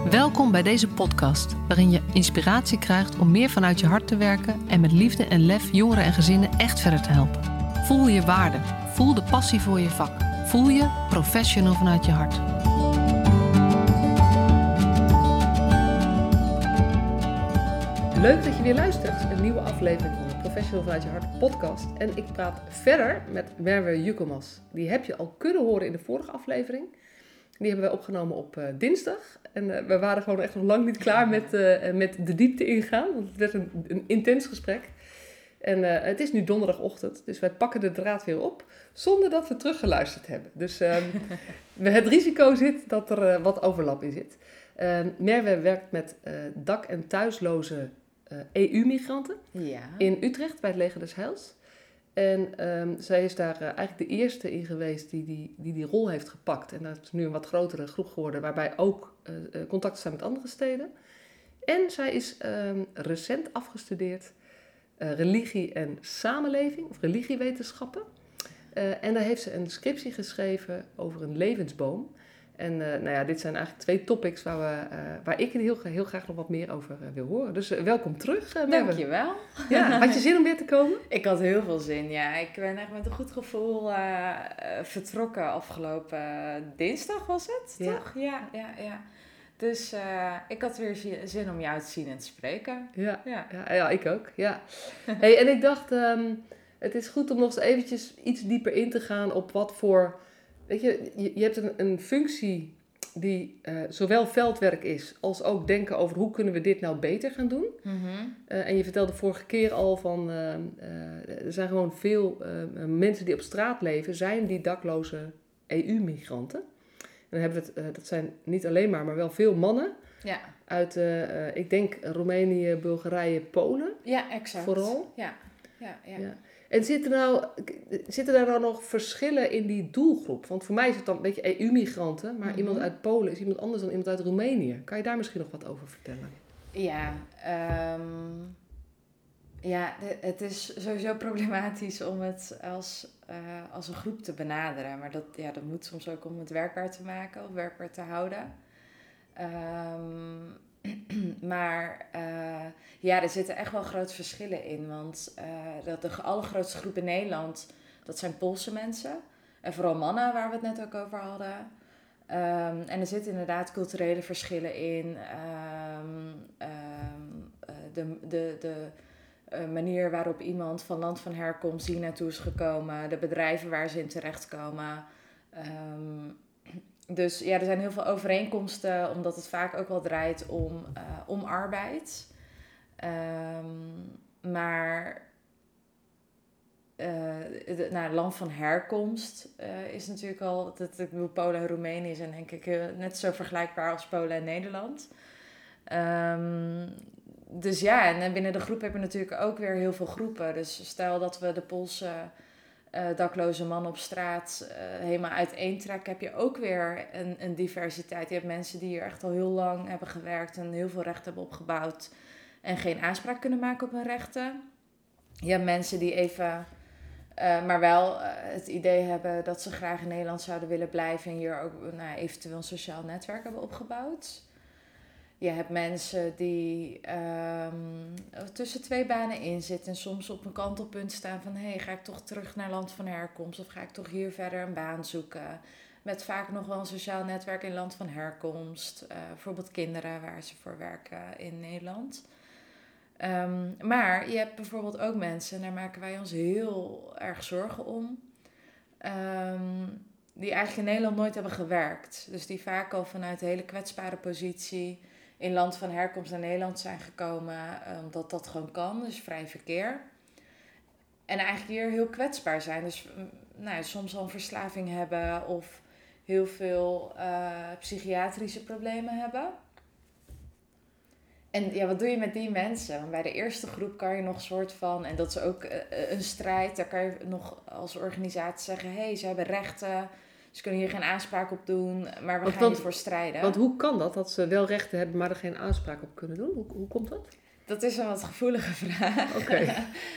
Welkom bij deze podcast, waarin je inspiratie krijgt om meer vanuit je hart te werken en met liefde en lef jongeren en gezinnen echt verder te helpen. Voel je waarde, voel de passie voor je vak, voel je professional vanuit je hart. Leuk dat je weer luistert, een nieuwe aflevering van de Professional vanuit je hart podcast. En ik praat verder met Merve Jukomas. Die heb je al kunnen horen in de vorige aflevering. Die hebben wij opgenomen op dinsdag. En we waren gewoon echt nog lang niet klaar met de diepte ingaan. Want het werd een intens gesprek. En het is nu donderdagochtend. Dus wij pakken de draad weer op. Zonder dat we teruggeluisterd hebben. Dus het risico zit dat er wat overlap in zit. Merve werkt met dak- en thuisloze EU-migranten. Ja. In Utrecht bij het Leger des Heils. En zij is daar eigenlijk de eerste in geweest die rol heeft gepakt. En dat is nu een wat grotere groep geworden, waarbij ook contacten zijn met andere steden. En zij is recent afgestudeerd religie en samenleving, of religiewetenschappen. En daar heeft ze een scriptie geschreven over een levensboom. En dit zijn eigenlijk twee topics waar ik heel graag nog wat meer over wil horen. Dus welkom terug, Merve. Dankjewel. Ja, had je zin om weer te komen? Ik had heel veel zin, ja. Ik ben echt met een goed gevoel vertrokken afgelopen dinsdag was het, Ja. toch? Ja. Dus ik had weer zin om jou te zien en te spreken. Ja, ik ook. Ja. Hey, en ik dacht, het is goed om nog eens eventjes iets dieper in te gaan op wat voor... Weet je hebt een functie die zowel veldwerk is als ook denken over hoe kunnen we dit nou beter gaan doen. Mm-hmm. En je vertelde vorige keer al van, er zijn gewoon veel mensen die op straat leven, zijn die dakloze EU-migranten. En dan hebben we het, dat zijn niet alleen maar wel veel mannen. Ja. Uit, ik denk Roemenië, Bulgarije, Polen. Ja, exact. Vooral. Ja. En zitten daar nou nog verschillen in die doelgroep? Want voor mij is het dan een beetje EU-migranten, maar iemand uit Polen is iemand anders dan iemand uit Roemenië. Kan je daar misschien nog wat over vertellen? Ja, het is sowieso problematisch om het als een groep te benaderen. Maar dat moet soms ook om het werkbaar te maken of werkbaar te houden. Er zitten echt wel grote verschillen in. Want de allergrootste groep in Nederland, dat zijn Poolse mensen. En vooral mannen, waar we het net ook over hadden. En er zitten inderdaad culturele verschillen in. De manier waarop iemand van land van herkomst hier naartoe is gekomen. De bedrijven waar ze in terechtkomen. Dus ja, er zijn heel veel overeenkomsten, omdat het vaak ook wel draait om arbeid. Het land van herkomst is natuurlijk al... Ik bedoel, Polen en Roemenië zijn denk ik net zo vergelijkbaar als Polen en Nederland. Dus ja, en binnen de groep heb je natuurlijk ook weer heel veel groepen. Dus stel dat we de Poolse... dakloze man op straat helemaal uiteentrekken, heb je ook weer een diversiteit. Je hebt mensen die hier echt al heel lang hebben gewerkt en heel veel rechten hebben opgebouwd en geen aanspraak kunnen maken op hun rechten. Je hebt mensen die even, maar wel het idee hebben dat ze graag in Nederland zouden willen blijven en hier ook eventueel een sociaal netwerk hebben opgebouwd. Je hebt mensen die tussen twee banen in zitten en soms op een kantelpunt staan van... ga ik toch terug naar land van herkomst of ga ik toch hier verder een baan zoeken? Met vaak nog wel een sociaal netwerk in land van herkomst. Bijvoorbeeld kinderen waar ze voor werken in Nederland. Maar je hebt bijvoorbeeld ook mensen, en daar maken wij ons heel erg zorgen om... die eigenlijk in Nederland nooit hebben gewerkt. Dus die vaak al vanuit een hele kwetsbare positie... in land van herkomst naar Nederland zijn gekomen, omdat dat gewoon kan, dus vrij verkeer. En eigenlijk hier heel kwetsbaar zijn, dus soms al een verslaving hebben of heel veel psychiatrische problemen hebben. En ja, wat doe je met die mensen? Want bij de eerste groep kan je nog een soort van, en dat is ook een strijd, daar kan je nog als organisatie zeggen, ze hebben rechten... Ze kunnen hier geen aanspraak op doen, maar we gaan hiervoor strijden. Want hoe kan dat ze wel rechten hebben, maar er geen aanspraak op kunnen doen? Hoe komt dat? Dat is een wat gevoelige vraag. Oké.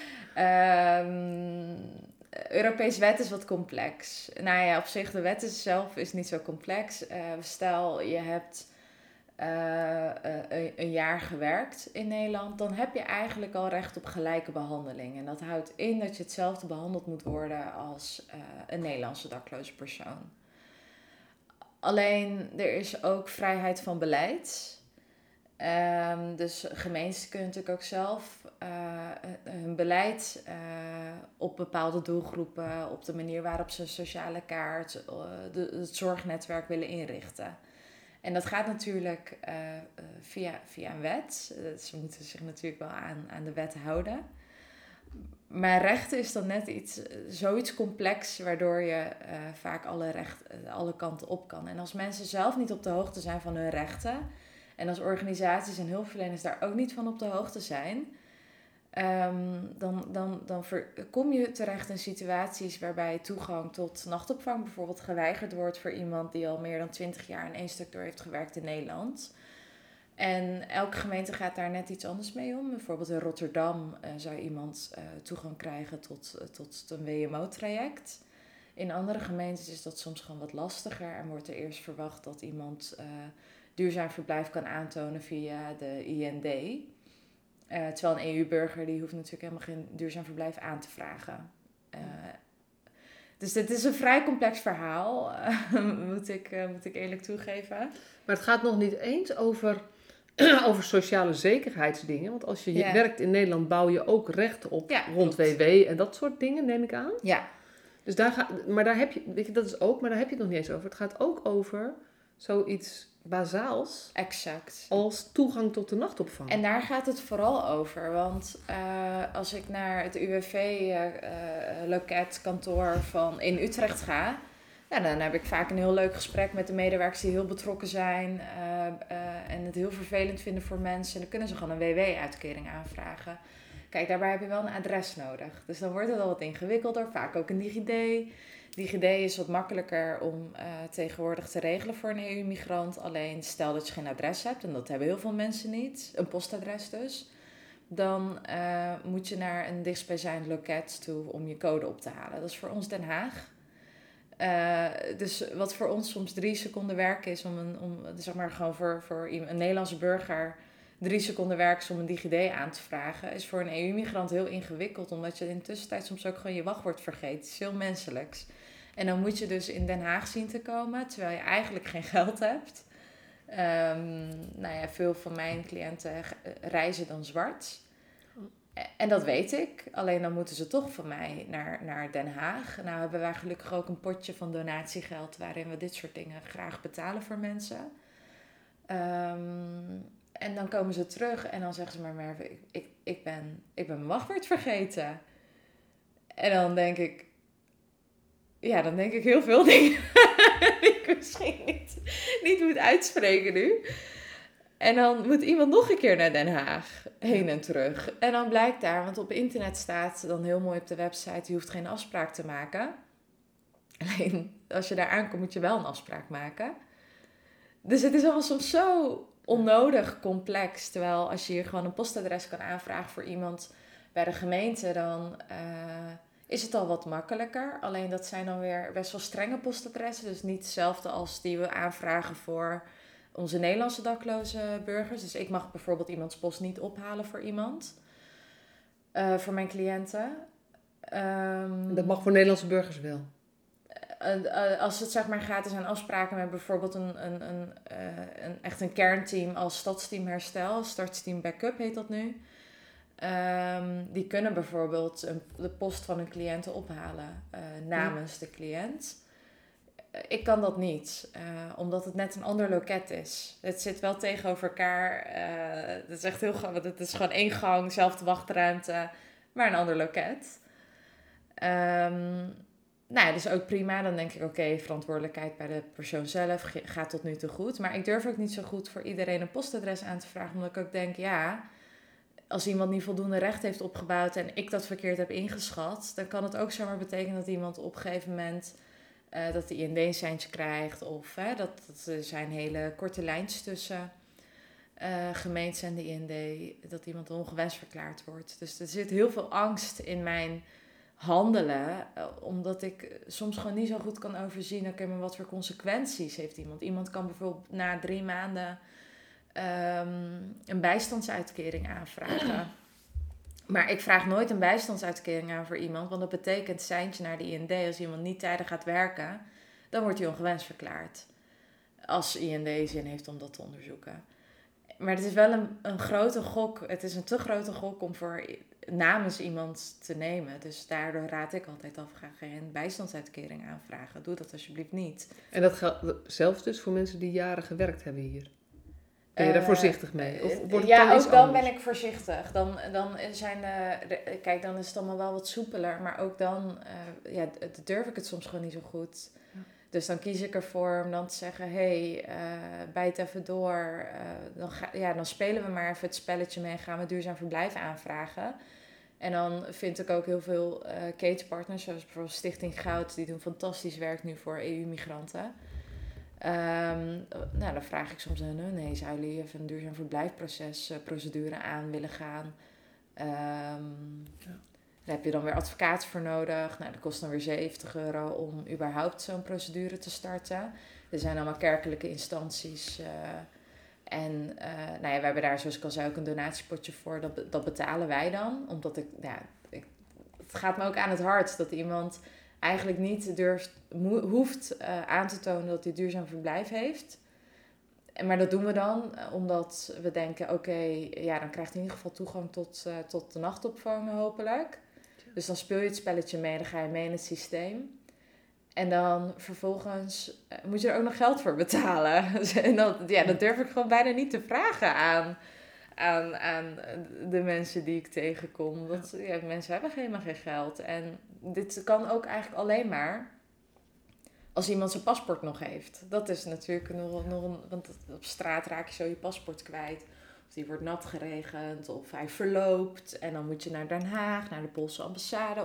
Europese wet is wat complex. Op zich, de wet zelf is niet zo complex. Stel, je hebt een jaar gewerkt in Nederland, dan heb je eigenlijk al recht op gelijke behandeling. En dat houdt in dat je hetzelfde behandeld moet worden als een Nederlandse dakloze persoon. Alleen, er is ook vrijheid van beleid. Dus gemeentes kunnen natuurlijk ook zelf hun beleid op bepaalde doelgroepen, op de manier waarop ze een sociale kaart, het zorgnetwerk willen inrichten. En dat gaat natuurlijk via een wet. Ze moeten zich natuurlijk wel aan de wet houden. Maar rechten is dan net zoiets complex, waardoor je vaak alle kanten op kan. En als mensen zelf niet op de hoogte zijn van hun rechten, en als organisaties en hulpverleners daar ook niet van op de hoogte zijn, dan kom je terecht in situaties waarbij toegang tot nachtopvang bijvoorbeeld geweigerd wordt voor iemand die al meer dan 20 jaar in één stuk door heeft gewerkt in Nederland. En elke gemeente gaat daar net iets anders mee om. Bijvoorbeeld in Rotterdam zou iemand toegang krijgen tot een WMO-traject. In andere gemeentes is dat soms gewoon wat lastiger en wordt er eerst verwacht dat iemand duurzaam verblijf kan aantonen via de IND. Terwijl een EU-burger die hoeft natuurlijk helemaal geen duurzaam verblijf aan te vragen. Dus dit is een vrij complex verhaal, moet ik eerlijk toegeven. Maar het gaat nog niet eens over sociale zekerheidsdingen. Want als je werkt in Nederland, bouw je ook recht op rond WW en dat soort dingen, neem ik aan. Ja. Dus daar heb je, weet je, dat is ook, maar daar heb je het nog niet eens over. Het gaat ook over zoiets bazaals. Exact. Als toegang tot de nachtopvang. En daar gaat het vooral over. Want als ik naar het UWV-loketkantoor in Utrecht ga, dan heb ik vaak een heel leuk gesprek met de medewerkers die heel betrokken zijn en het heel vervelend vinden voor mensen. En dan kunnen ze gewoon een WW-uitkering aanvragen. Kijk, daarbij heb je wel een adres nodig. Dus dan wordt het al wat ingewikkelder, vaak ook een DigiD. DigiD is wat makkelijker om tegenwoordig te regelen voor een EU-migrant. Alleen stel dat je geen adres hebt, en dat hebben heel veel mensen niet, een postadres dus, dan moet je naar een dichtstbijzijnd loket toe om je code op te halen. Dat is voor ons Den Haag. Dus wat voor ons soms 3 seconden werk is om zeg maar gewoon voor een Nederlandse burger 3 seconden werk is om een DigiD aan te vragen, is voor een EU-migrant heel ingewikkeld, omdat je in de tussentijd soms ook gewoon je wachtwoord vergeet. Het is heel menselijks. En dan moet je dus in Den Haag zien te komen, terwijl je eigenlijk geen geld hebt. Veel van mijn cliënten reizen dan zwart. En dat weet ik. Alleen dan moeten ze toch van mij naar Den Haag. Nou hebben wij gelukkig ook een potje van donatiegeld waarin we dit soort dingen graag betalen voor mensen. En dan komen ze terug en dan zeggen ze maar Merve, ik ben mijn wachtwoord vergeten. En dan denk ik heel veel dingen die ik misschien niet moet uitspreken nu. En dan moet iemand nog een keer naar Den Haag, heen en terug. En dan blijkt daar, want op internet staat dan heel mooi op de website, je hoeft geen afspraak te maken. Alleen als je daar aankomt moet je wel een afspraak maken. Dus het is allemaal soms zo onnodig complex. Terwijl als je hier gewoon een postadres kan aanvragen voor iemand bij de gemeente, dan is het al wat makkelijker. Alleen dat zijn dan weer best wel strenge postadressen. Dus niet hetzelfde als die we aanvragen voor onze Nederlandse dakloze burgers. Dus ik mag bijvoorbeeld iemands post niet ophalen voor iemand. Voor mijn cliënten. Dat mag voor Nederlandse burgers wel. Als het zeg maar gaat, er zijn afspraken met bijvoorbeeld echt een kernteam als Stadsteam Herstel, Stadsteam Backup heet dat nu. Die kunnen bijvoorbeeld de post van hun cliënten ophalen namens de cliënt. Ik kan dat niet, omdat het net een ander loket is. Het zit wel tegenover elkaar. Het is echt heel grappig. Het is gewoon 1 gang, dezelfde wachtruimte, maar een ander loket. Dus ook prima. Dan denk ik, oké, verantwoordelijkheid bij de persoon zelf gaat tot nu toe goed. Maar ik durf ook niet zo goed voor iedereen een postadres aan te vragen. Omdat ik ook denk, als iemand niet voldoende recht heeft opgebouwd en ik dat verkeerd heb ingeschat, dan kan het ook zomaar betekenen dat iemand op een gegeven moment dat hij een IND-seintje krijgt. Of dat er zijn hele korte lijntjes tussen gemeentes en de IND, dat iemand ongewenst verklaard wordt. Dus er zit heel veel angst in mijn handelen, omdat ik soms gewoon niet zo goed kan overzien, maar wat voor consequenties heeft iemand. Iemand kan bijvoorbeeld na 3 maanden een bijstandsuitkering aanvragen. Maar ik vraag nooit een bijstandsuitkering aan voor iemand, want dat betekent seintje naar de IND. Als iemand niet tijdig gaat werken, dan wordt hij ongewenst verklaard. Als IND zin heeft om dat te onderzoeken. Maar het is wel een grote gok. Het is een te grote gok om voor namens iemand te nemen. Dus daardoor raad ik altijd af, ga geen bijstandsuitkering aanvragen. Doe dat alsjeblieft niet. En dat geldt zelfs dus voor mensen die jaren gewerkt hebben hier? Ben je daar voorzichtig mee? Of wordt het ja, dan iets ook dan anders? ben ik voorzichtig. Kijk, dan is het allemaal wel wat soepeler. Maar ook dan durf ik het soms gewoon niet zo goed. Ja. Dus dan kies ik ervoor om dan te zeggen, bijt even door. Dan spelen we maar even het spelletje mee en gaan we duurzaam verblijf aanvragen. En dan vind ik ook heel veel ketenspartners, zoals bijvoorbeeld Stichting Goud, die doen fantastisch werk nu voor EU-migranten. Dan vraag ik soms aan hun, nee, zouden jullie even een duurzaam verblijfprocedure aan willen gaan? Daar heb je dan weer advocaat voor nodig. Nou, dat kost dan weer €70 om überhaupt zo'n procedure te starten. Er zijn allemaal kerkelijke instanties. We hebben daar, zoals ik al zei, ook een donatiepotje voor. Dat betalen wij dan. Omdat het gaat me ook aan het hart dat iemand eigenlijk niet hoeft aan te tonen dat hij duurzaam verblijf heeft. Maar dat doen we dan omdat we denken, dan krijgt hij in ieder geval toegang tot de nachtopvang hopelijk. Dus dan speel je het spelletje mee, dan ga je mee in het systeem. En dan vervolgens moet je er ook nog geld voor betalen. En dat durf ik gewoon bijna niet te vragen aan de mensen die ik tegenkom. Mensen hebben helemaal geen geld. En dit kan ook eigenlijk alleen maar als iemand zijn paspoort nog heeft. Dat is natuurlijk nog want op straat raak je zo je paspoort kwijt. Of die wordt nat geregend, of hij verloopt. En dan moet je naar Den Haag, naar de Poolse ambassade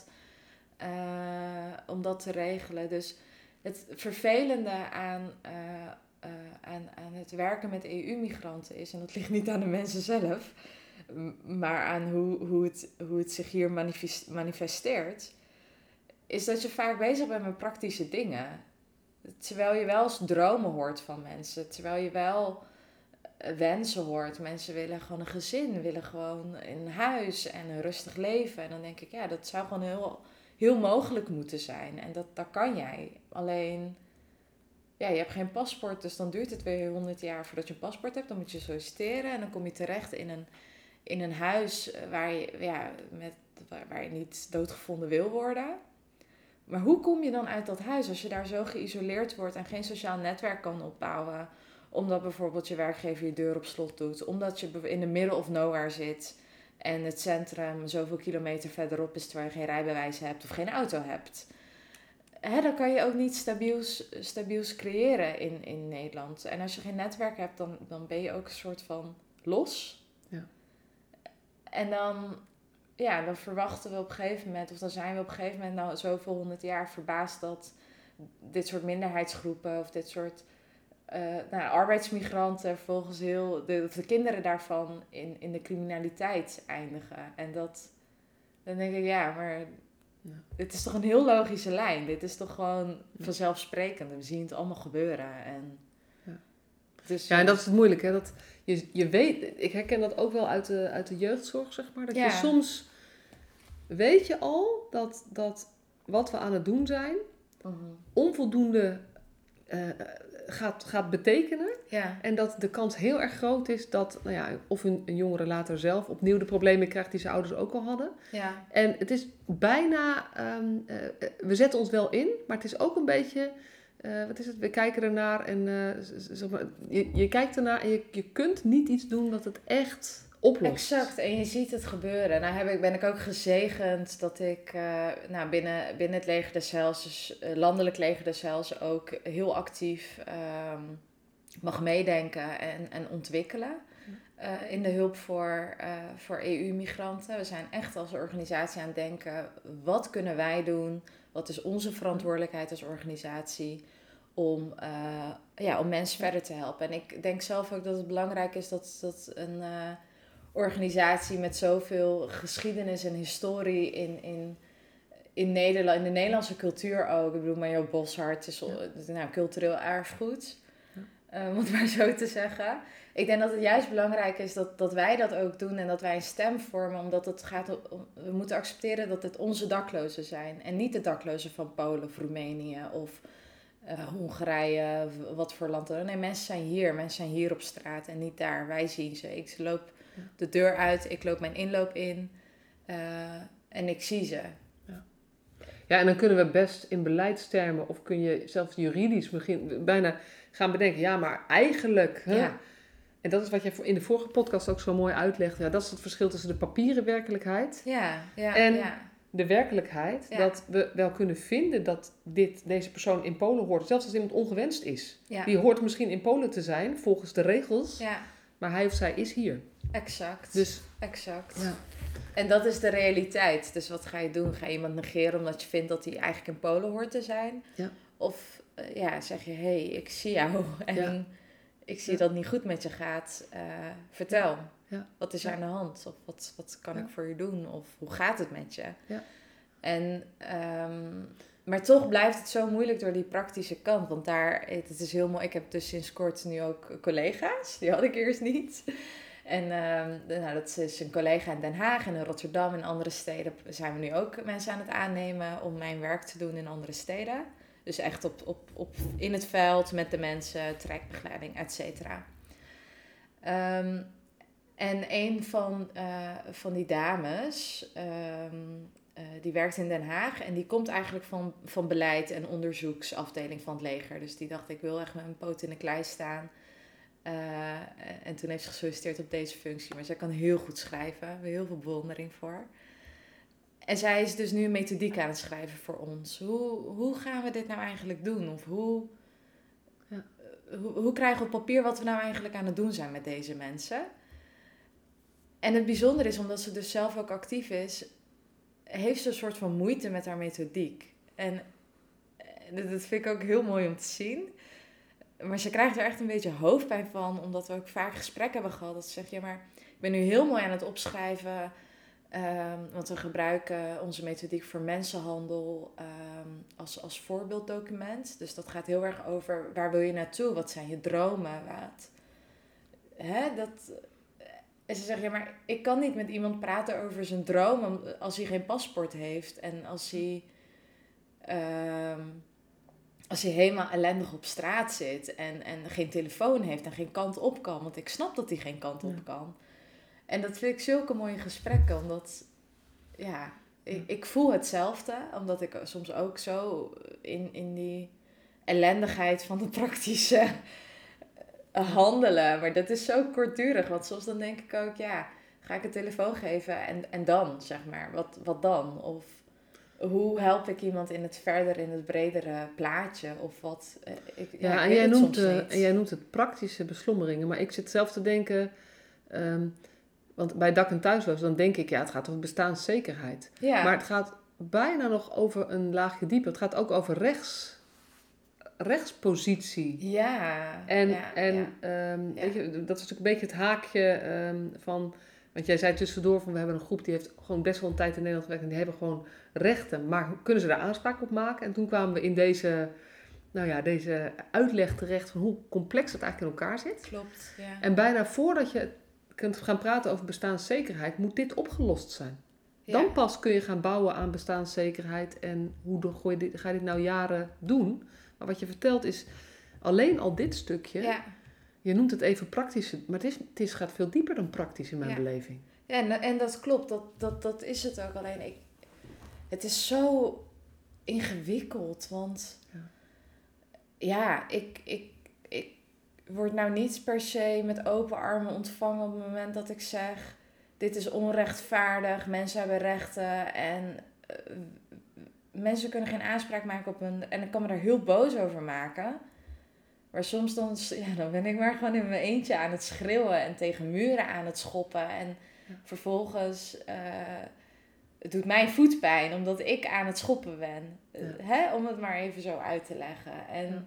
om dat te regelen. Dus het vervelende aan het werken met EU-migranten is, en dat ligt niet aan de mensen zelf, maar aan hoe het zich hier manifesteert, is dat je vaak bezig bent met praktische dingen. Terwijl je wel eens dromen hoort van mensen. Terwijl je wel wensen hoort. Mensen willen gewoon een gezin, willen gewoon een huis en een rustig leven. En dan denk ik, dat zou gewoon heel, heel mogelijk moeten zijn. En dat kan jij. Alleen, je hebt geen paspoort, dus dan duurt het weer 100 jaar voordat je een paspoort hebt. Dan moet je solliciteren en dan kom je terecht in een huis waar je niet doodgevonden wil worden. Maar hoe kom je dan uit dat huis als je daar zo geïsoleerd wordt en geen sociaal netwerk kan opbouwen? Omdat bijvoorbeeld je werkgever je deur op slot doet. Omdat je in de middle of nowhere zit en het centrum zoveel kilometer verderop is terwijl je geen rijbewijs hebt of geen auto hebt. Dan kan je ook niet stabiels creëren in Nederland. En als je geen netwerk hebt, dan ben je ook een soort van los. Ja. En dan verwachten we op een gegeven moment, of dan zijn we op een gegeven moment zoveel 100 jaar verbaasd dat dit soort minderheidsgroepen of dit soort arbeidsmigranten volgens de kinderen daarvan in de criminaliteit eindigen. En dan denk ik, maar dit is toch een heel logische lijn. Dit is toch gewoon vanzelfsprekend. We zien het allemaal gebeuren. En en dat is het moeilijke. Hè? Dat je weet, ik herken dat ook wel uit de jeugdzorg, zeg maar. Dat je soms weet je al dat wat we aan het doen zijn onvoldoende gaat betekenen. Ja. En dat de kans heel erg groot is dat of een jongere later zelf opnieuw de problemen krijgt die zijn ouders ook al hadden. Ja. En het is bijna, we zetten ons wel in, maar het is ook een beetje, wat is het, we kijken ernaar en je kijkt ernaar en je kunt niet iets doen dat het echt oplost. Exact, en je ziet het gebeuren. Nou ben ik ook gezegend dat ik binnen het Leger des Heils, dus landelijk Leger des Heils, ook heel actief mag meedenken en ontwikkelen in de hulp voor EU-migranten. We zijn echt als organisatie aan het denken, wat kunnen wij doen? Wat is onze verantwoordelijkheid als organisatie om mensen verder te helpen? En ik denk zelf ook dat het belangrijk is dat een organisatie met zoveel geschiedenis en historie in Nederland, in de Nederlandse cultuur ook. Ik bedoel, Mario Boszhard is cultureel erfgoed. om het maar zo te zeggen. Ik denk dat het juist belangrijk is dat wij dat ook doen en dat wij een stem vormen, omdat het gaat we moeten accepteren dat het onze daklozen zijn en niet de daklozen van Polen of Roemenië of Hongarije, of wat voor land dan ook. Nee, mensen zijn hier op straat en niet daar. Wij zien ze. Ik loop de deur uit, ik loop mijn inloop in en ik zie ze. Ja, en dan kunnen we best in beleidstermen of kun je zelfs juridisch bijna gaan bedenken, ja, maar eigenlijk... Ja. En dat is wat jij in de vorige podcast ook zo mooi uitlegt. Ja, dat is het verschil tussen de papieren werkelijkheid en de werkelijkheid. Ja. Dat we wel kunnen vinden dat deze persoon in Polen hoort. Zelfs als iemand ongewenst is. Ja. Die hoort misschien in Polen te zijn, volgens de regels. Ja. Maar hij of zij is hier. Exact. Dus, exact. Ja. En dat is de realiteit. Dus wat ga je doen? Ga je iemand negeren omdat je vindt dat hij eigenlijk in Polen hoort te zijn? Ja. Of zeg je, hey, ik zie jou en ik zie dat het niet goed met je gaat. Vertel, wat is er aan de hand? Of wat kan ik voor je doen? Of hoe gaat het met je? Ja. En, maar toch blijft het zo moeilijk door die praktische kant. Want het is heel mooi. Ik heb dus sinds kort nu ook collega's. Die had ik eerst niet. En dat is een collega in Den Haag en in Rotterdam en andere steden zijn we nu ook mensen aan het aannemen om mijn werk te doen in andere steden. Dus echt in het veld met de mensen, trajectbegeleiding, et cetera. En een van die dames, die werkt in Den Haag en die komt eigenlijk van beleid en onderzoeksafdeling van het leger. Dus die dacht, ik wil echt met mijn poot in de klei staan. En toen heeft ze gesolliciteerd op deze functie. Maar zij kan heel goed schrijven. We hebben heel veel bewondering voor. En zij is dus nu een methodiek aan het schrijven voor ons. Hoe gaan we dit nou eigenlijk doen? Of hoe krijgen we op papier wat we nou eigenlijk aan het doen zijn met deze mensen? En het bijzondere is, omdat ze dus zelf ook actief is, heeft ze een soort van moeite met haar methodiek. En dat vind ik ook heel mooi om te zien. Maar ze krijgt er echt een beetje hoofdpijn van, omdat we ook vaak gesprekken hebben gehad. Dat ze zegt, ja, maar ik ben nu heel mooi aan het opschrijven. Want we gebruiken onze methodiek voor mensenhandel als voorbeelddocument. Dus dat gaat heel erg over, waar wil je naartoe? Wat zijn je dromen? En ze zegt, ja, maar ik kan niet met iemand praten over zijn dromen als hij geen paspoort heeft. En als hij helemaal ellendig op straat zit en geen telefoon heeft en geen kant op kan. Want ik snap dat hij geen kant op kan. En dat vind ik zulke mooie gesprekken. Omdat, ik voel hetzelfde. Omdat ik soms ook zo in die ellendigheid van de praktische handelen. Maar dat is zo kortdurig. Want soms dan denk ik ook, ga ik een telefoon geven en dan, zeg maar. Wat dan? Of hoe help ik iemand in het bredere plaatje? Of wat? En jij noemt het praktische beslommeringen. Maar ik zit zelf te denken, want bij dak- en thuisloos, dan denk ik, het gaat over bestaanszekerheid. Ja. Maar het gaat bijna nog over een laagje dieper. Het gaat ook over rechtspositie. Ja. Weet je, dat is natuurlijk een beetje het haakje van... Want jij zei tussendoor van we hebben een groep die heeft gewoon best wel een tijd in Nederland gewerkt en die hebben gewoon rechten. Maar kunnen ze daar aanspraak op maken? En toen kwamen we in deze uitleg terecht van hoe complex het eigenlijk in elkaar zit. Klopt, ja. En bijna voordat je kunt gaan praten over bestaanszekerheid, moet dit opgelost zijn. Ja. Dan pas kun je gaan bouwen aan bestaanszekerheid en hoe ga je dit nou jaren doen. Maar wat je vertelt is alleen al dit stukje... Ja. Je noemt het even praktisch, maar het gaat veel dieper dan praktisch in mijn beleving. Ja, en dat klopt. Dat is het ook. Alleen, het is zo ingewikkeld. Want ik word nou niet per se met open armen ontvangen op het moment dat ik zeg... Dit is onrechtvaardig, mensen hebben rechten en mensen kunnen geen aanspraak maken op hun... En ik kan me daar heel boos over maken... Maar soms dan ben ik maar gewoon in mijn eentje aan het schreeuwen en tegen muren aan het schoppen. En vervolgens doet mijn voet pijn omdat ik aan het schoppen ben. Om het maar even zo uit te leggen.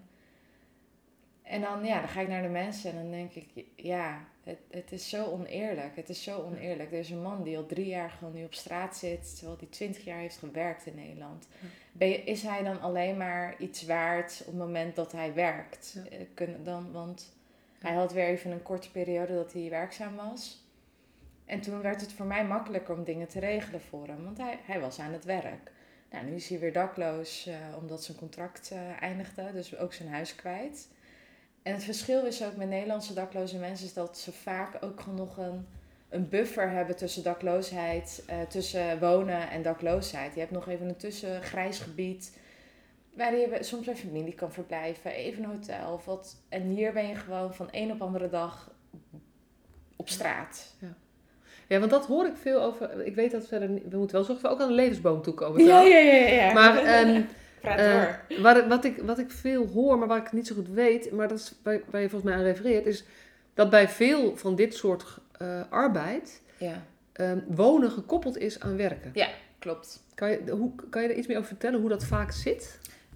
En dan ga ik naar de mensen en dan denk ik, het is zo oneerlijk. Het is zo oneerlijk. Er is een man die al 3 jaar gewoon nu op straat zit, terwijl hij 20 jaar heeft gewerkt in Nederland. Is hij dan alleen maar iets waard op het moment dat hij werkt? Want Hij had weer even een korte periode dat hij werkzaam was. En toen werd het voor mij makkelijker om dingen te regelen voor hem. Want hij was aan het werk. Nou, nu is hij weer dakloos omdat zijn contract eindigde. Dus ook zijn huis kwijt. En het verschil is ook met Nederlandse dakloze mensen... is dat ze vaak ook gewoon nog een buffer hebben tussen dakloosheid... tussen wonen en dakloosheid. Je hebt nog even een tussengrijs gebied... waar je soms bij familie kan verblijven. Even een hotel of wat. En hier ben je gewoon van een op andere dag op straat. Ja. Ja, want dat hoor ik veel over. Ik weet dat we moeten wel zorgen dat we ook aan de levensboom toekomen. Ja. Maar Praat door. wat ik veel hoor, maar waar ik niet zo goed weet, maar dat is waar je volgens mij aan refereert, is dat bij veel van dit soort arbeid wonen gekoppeld is aan werken. Ja, klopt. Kan je er iets meer over vertellen hoe dat vaak zit?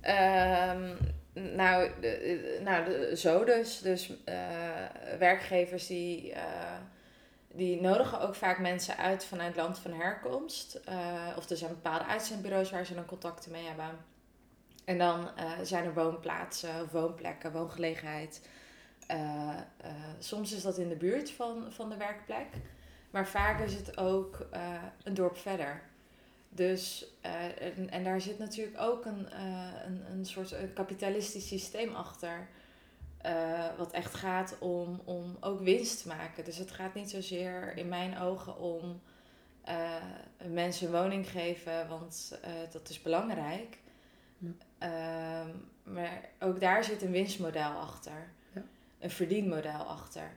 Zo dus. Dus werkgevers die nodigen ook vaak mensen uit vanuit land van herkomst. Of er zijn bepaalde uitzendbureaus waar ze dan contacten mee hebben. En dan zijn er woonplaatsen, woonplekken, woongelegenheid. Soms is dat in de buurt van de werkplek. Maar vaak is het ook een dorp verder. Dus, en daar zit natuurlijk ook een soort kapitalistisch systeem achter. Wat echt gaat om ook winst te maken. Dus het gaat niet zozeer in mijn ogen om mensen een woning geven, want dat is belangrijk. Ja. Maar ook daar zit een winstmodel achter. Ja. Een verdienmodel achter.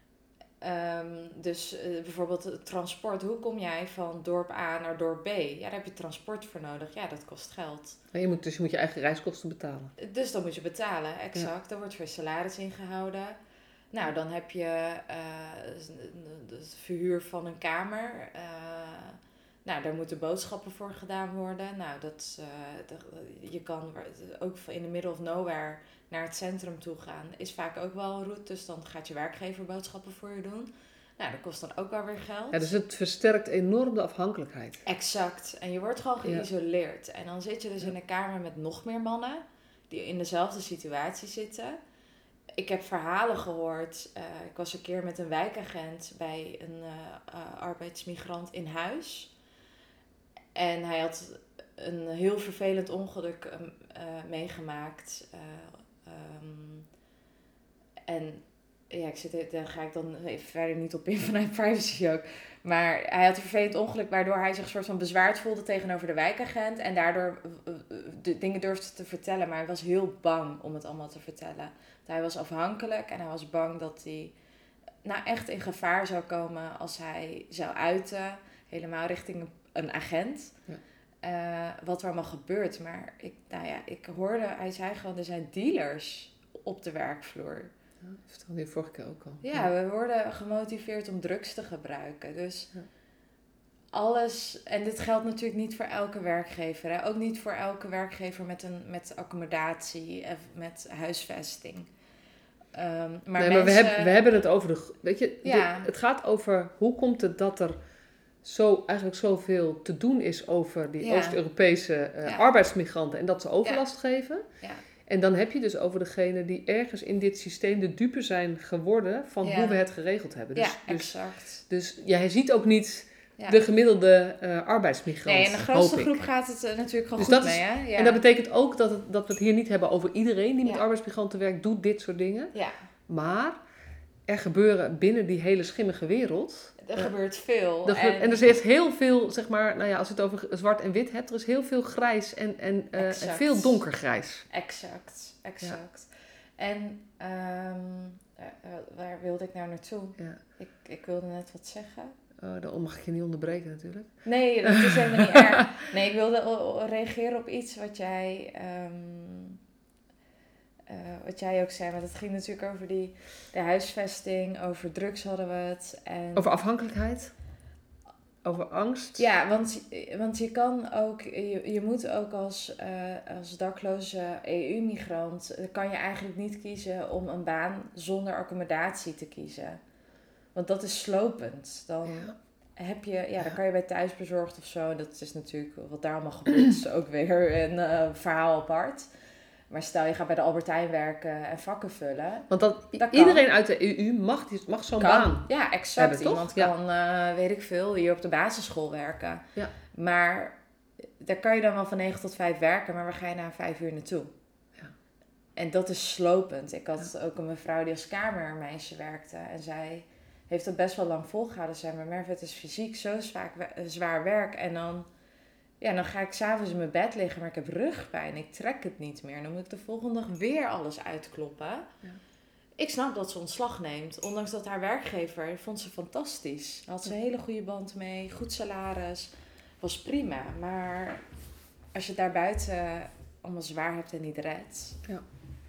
Dus bijvoorbeeld het transport. Hoe kom jij van dorp A naar dorp B? Ja, daar heb je transport voor nodig. Ja, dat kost geld. Maar je moet je eigen reiskosten betalen. Dus dan moet je betalen, exact. Ja. Dan wordt weer salaris ingehouden. Nou, dan heb je het verhuur van een kamer. Daar moeten boodschappen voor gedaan worden. Nou, je kan ook in the middle of nowhere naar het centrum toe gaan. Is vaak ook wel een route, dus dan gaat je werkgever boodschappen voor je doen. Nou, dat kost dan ook wel weer geld. Ja, dus het versterkt enorm de afhankelijkheid. Exact. En je wordt gewoon geïsoleerd. Ja. En dan zit je dus in een kamer met nog meer mannen die in dezelfde situatie zitten. Ik heb verhalen gehoord. Ik was een keer met een wijkagent bij een arbeidsmigrant in huis. En hij had een heel vervelend ongeluk meegemaakt. En ja, daar ga ik dan even verder niet op in vanuit privacy ook. Maar hij had een vervelend ongeluk waardoor hij zich een soort van bezwaard voelde tegenover de wijkagent. En daardoor de dingen durfde te vertellen. Maar hij was heel bang om het allemaal te vertellen. Want hij was afhankelijk en hij was bang dat hij echt in gevaar zou komen als hij zou uiten. Helemaal richting een agent. Ja. Wat er allemaal gebeurt. Maar ik hoorde, hij zei gewoon, er zijn dealers op de werkvloer. Ja, dat vertelde je vorige keer ook al. Ja, we worden gemotiveerd om drugs te gebruiken. Dus alles, en dit geldt natuurlijk niet voor elke werkgever. Hè? Ook niet voor elke werkgever met accommodatie en met huisvesting. Maar we hebben het over weet je, het gaat over hoe komt het dat er eigenlijk zoveel te doen is over die Oost-Europese arbeidsmigranten en dat ze overlast geven. Ja. En dan heb je dus over degene die ergens in dit systeem de dupe zijn geworden van hoe we het geregeld hebben. Dus, exact. Dus jij ziet ook niet de gemiddelde arbeidsmigrant. Nee, in de grootste groep gaat het natuurlijk gewoon dus goed mee. Hè? Ja. En dat betekent ook dat we het hier niet hebben over iedereen die met arbeidsmigranten werkt, doet dit soort dingen. Ja. Maar er gebeuren binnen die hele schimmige wereld. Er gebeurt veel. En er is heel veel, zeg maar, als je het over zwart en wit hebt, er is heel veel grijs en veel donkergrijs. Exact. Ja. En waar wilde ik nou naartoe? Ja. Ik wilde net wat zeggen. Dan mag ik je niet onderbreken natuurlijk. Nee, dat is helemaal niet erg. Nee, ik wilde reageren op iets wat jij ook zei. Maar dat ging natuurlijk over de huisvesting, over drugs hadden we het. En over afhankelijkheid? Over angst? Ja, want je kan ook, je moet ook als dakloze EU-migrant, kan je eigenlijk niet kiezen om een baan zonder accommodatie te kiezen. Want dat is slopend. Dan heb je, dan kan je bij thuisbezorgd of zo. Dat is natuurlijk wat daar allemaal gebeurt, is ook weer een verhaal apart. Maar stel je gaat bij de Albert Heijn werken en vakken vullen. Want Dat iedereen uit de EU mag zo'n baan. Ja, exact. Hebben, toch? Iemand kan, weet ik veel, hier op de basisschool werken. Ja. Maar daar kan je dan wel van 9 tot 5 werken, maar waar ga je na 5 uur naartoe? Ja. En dat is slopend. Ik had ook een mevrouw die als kamermeisje werkte. En zij heeft dat best wel lang volgehouden. Zei, maar Merve, het is fysiek zo zwaar werk. En dan ga ik 's avonds in mijn bed liggen, maar ik heb rugpijn. Ik trek het niet meer. Dan moet ik de volgende dag weer alles uitkloppen. Ja. Ik snap dat ze ontslag neemt. Ondanks dat haar werkgever, vond ze fantastisch. Had ze een hele goede band mee. Goed salaris. Was prima. Maar als je het daarbuiten allemaal zwaar hebt en niet redt. Ja.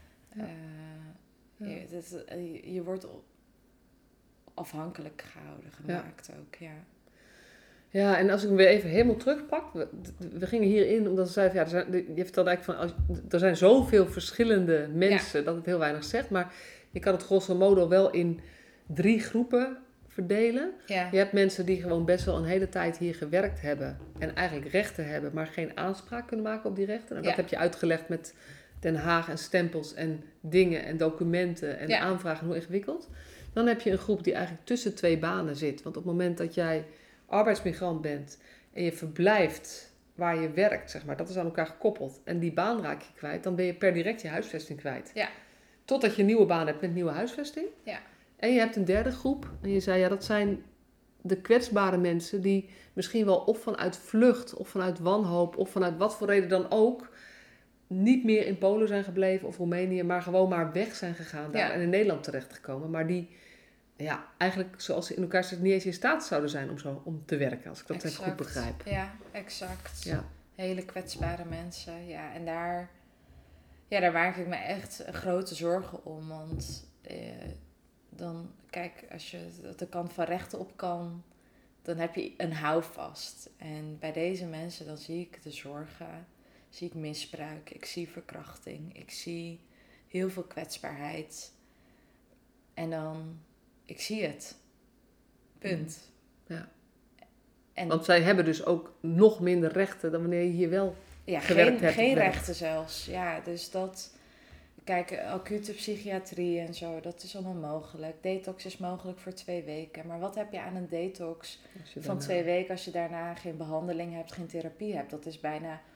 Je wordt afhankelijk gehouden, gemaakt ook. Ja. Ja, en als ik hem weer even helemaal terugpak. We gingen hierin omdat ze zeiden, je vertelde eigenlijk van, er zijn zoveel verschillende mensen dat het heel weinig zegt. Maar je kan het grosso modo wel in 3 groepen verdelen. Ja. Je hebt mensen die gewoon best wel een hele tijd hier gewerkt hebben. En eigenlijk rechten hebben, maar geen aanspraak kunnen maken op die rechten. En dat heb je uitgelegd met Den Haag en stempels en dingen en documenten en aanvragen, hoe ingewikkeld. Dan heb je een groep die eigenlijk tussen 2 banen zit. Want op het moment dat jij arbeidsmigrant bent en je verblijft waar je werkt, zeg maar, dat is aan elkaar gekoppeld. En die baan raak je kwijt, dan ben je per direct je huisvesting kwijt. Ja. Totdat je een nieuwe baan hebt met nieuwe huisvesting. Ja. En je hebt een 3e groep. En je zei, dat zijn de kwetsbare mensen die misschien wel of vanuit vlucht, of vanuit wanhoop, of vanuit wat voor reden dan ook, niet meer in Polen zijn gebleven of Roemenië, maar gewoon maar weg zijn gegaan daar en in Nederland terechtgekomen. Maar die eigenlijk, zoals ze in elkaar zitten, niet eens in staat zouden zijn om te werken, als ik dat even goed begrijp. Ja, exact. Ja. Hele kwetsbare mensen. Ja, en daar maak ik me echt grote zorgen om. Want dan, kijk, als je de kant van rechten op kan, dan heb je een houvast. En bij deze mensen, dan zie ik de zorgen, zie ik misbruik, ik zie verkrachting, ik zie heel veel kwetsbaarheid. En dan, ik zie het. Punt. Ja. Want zij hebben dus ook nog minder rechten dan wanneer je hier wel gewerkt hebt. Geen rechten zelfs. Ja, dus dat, kijk, acute psychiatrie en zo, dat is allemaal mogelijk. Detox is mogelijk voor 2 weken. Maar wat heb je aan een detox van 2 weken als je daarna geen behandeling hebt, geen therapie hebt? Dat is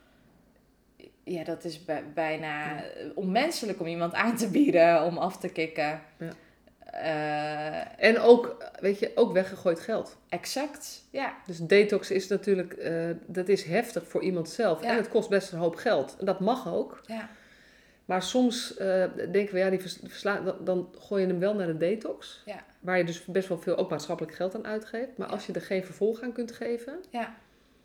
bijna onmenselijk om iemand aan te bieden om af te kicken. Ja. En ook, weet je, ook weggegooid geld. Exact, ja. Dus detox is natuurlijk, dat is heftig voor iemand zelf. Ja. En het kost best een hoop geld. En dat mag ook. Ja. Maar soms denken we, dan gooi je hem wel naar de detox. Ja. Waar je dus best wel veel ook maatschappelijk geld aan uitgeeft. Maar als je er geen vervolg aan kunt geven. Ja.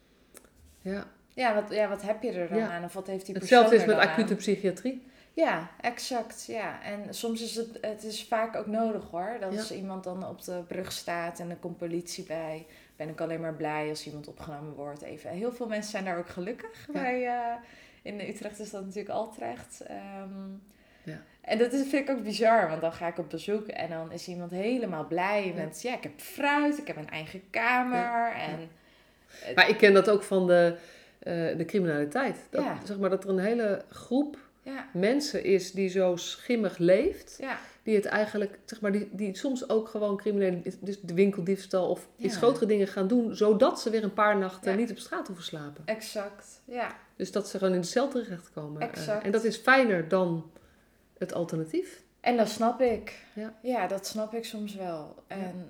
Ja, wat heb je er dan aan? Of wat heeft die persoon hetzelfde is met acute psychiatrie. Ja, exact. Ja. En soms is het is vaak ook nodig hoor. Dat als iemand dan op de brug staat en er komt politie bij, ben ik alleen maar blij als iemand opgenomen wordt. Even. Heel veel mensen zijn daar ook gelukkig. Ja. In Utrecht is dat natuurlijk Altrecht. En dat vind ik ook bizar, want dan ga ik op bezoek en dan is iemand helemaal blij met, ik heb fruit, ik heb een eigen kamer. Ja. En, maar ik ken dat ook van de criminaliteit. Zeg maar dat er een hele groep mensen is die zo schimmig leeft. Ja. Die het eigenlijk, zeg maar, die soms ook gewoon criminelen, dus de winkeldiefstal of iets grotere dingen gaan doen, zodat ze weer een paar nachten niet op straat hoeven slapen. Exact, ja. Dus dat ze gewoon in de cel terechtkomen. Exact. En dat is fijner dan het alternatief. En dat snap ik. Ja, dat snap ik soms wel. En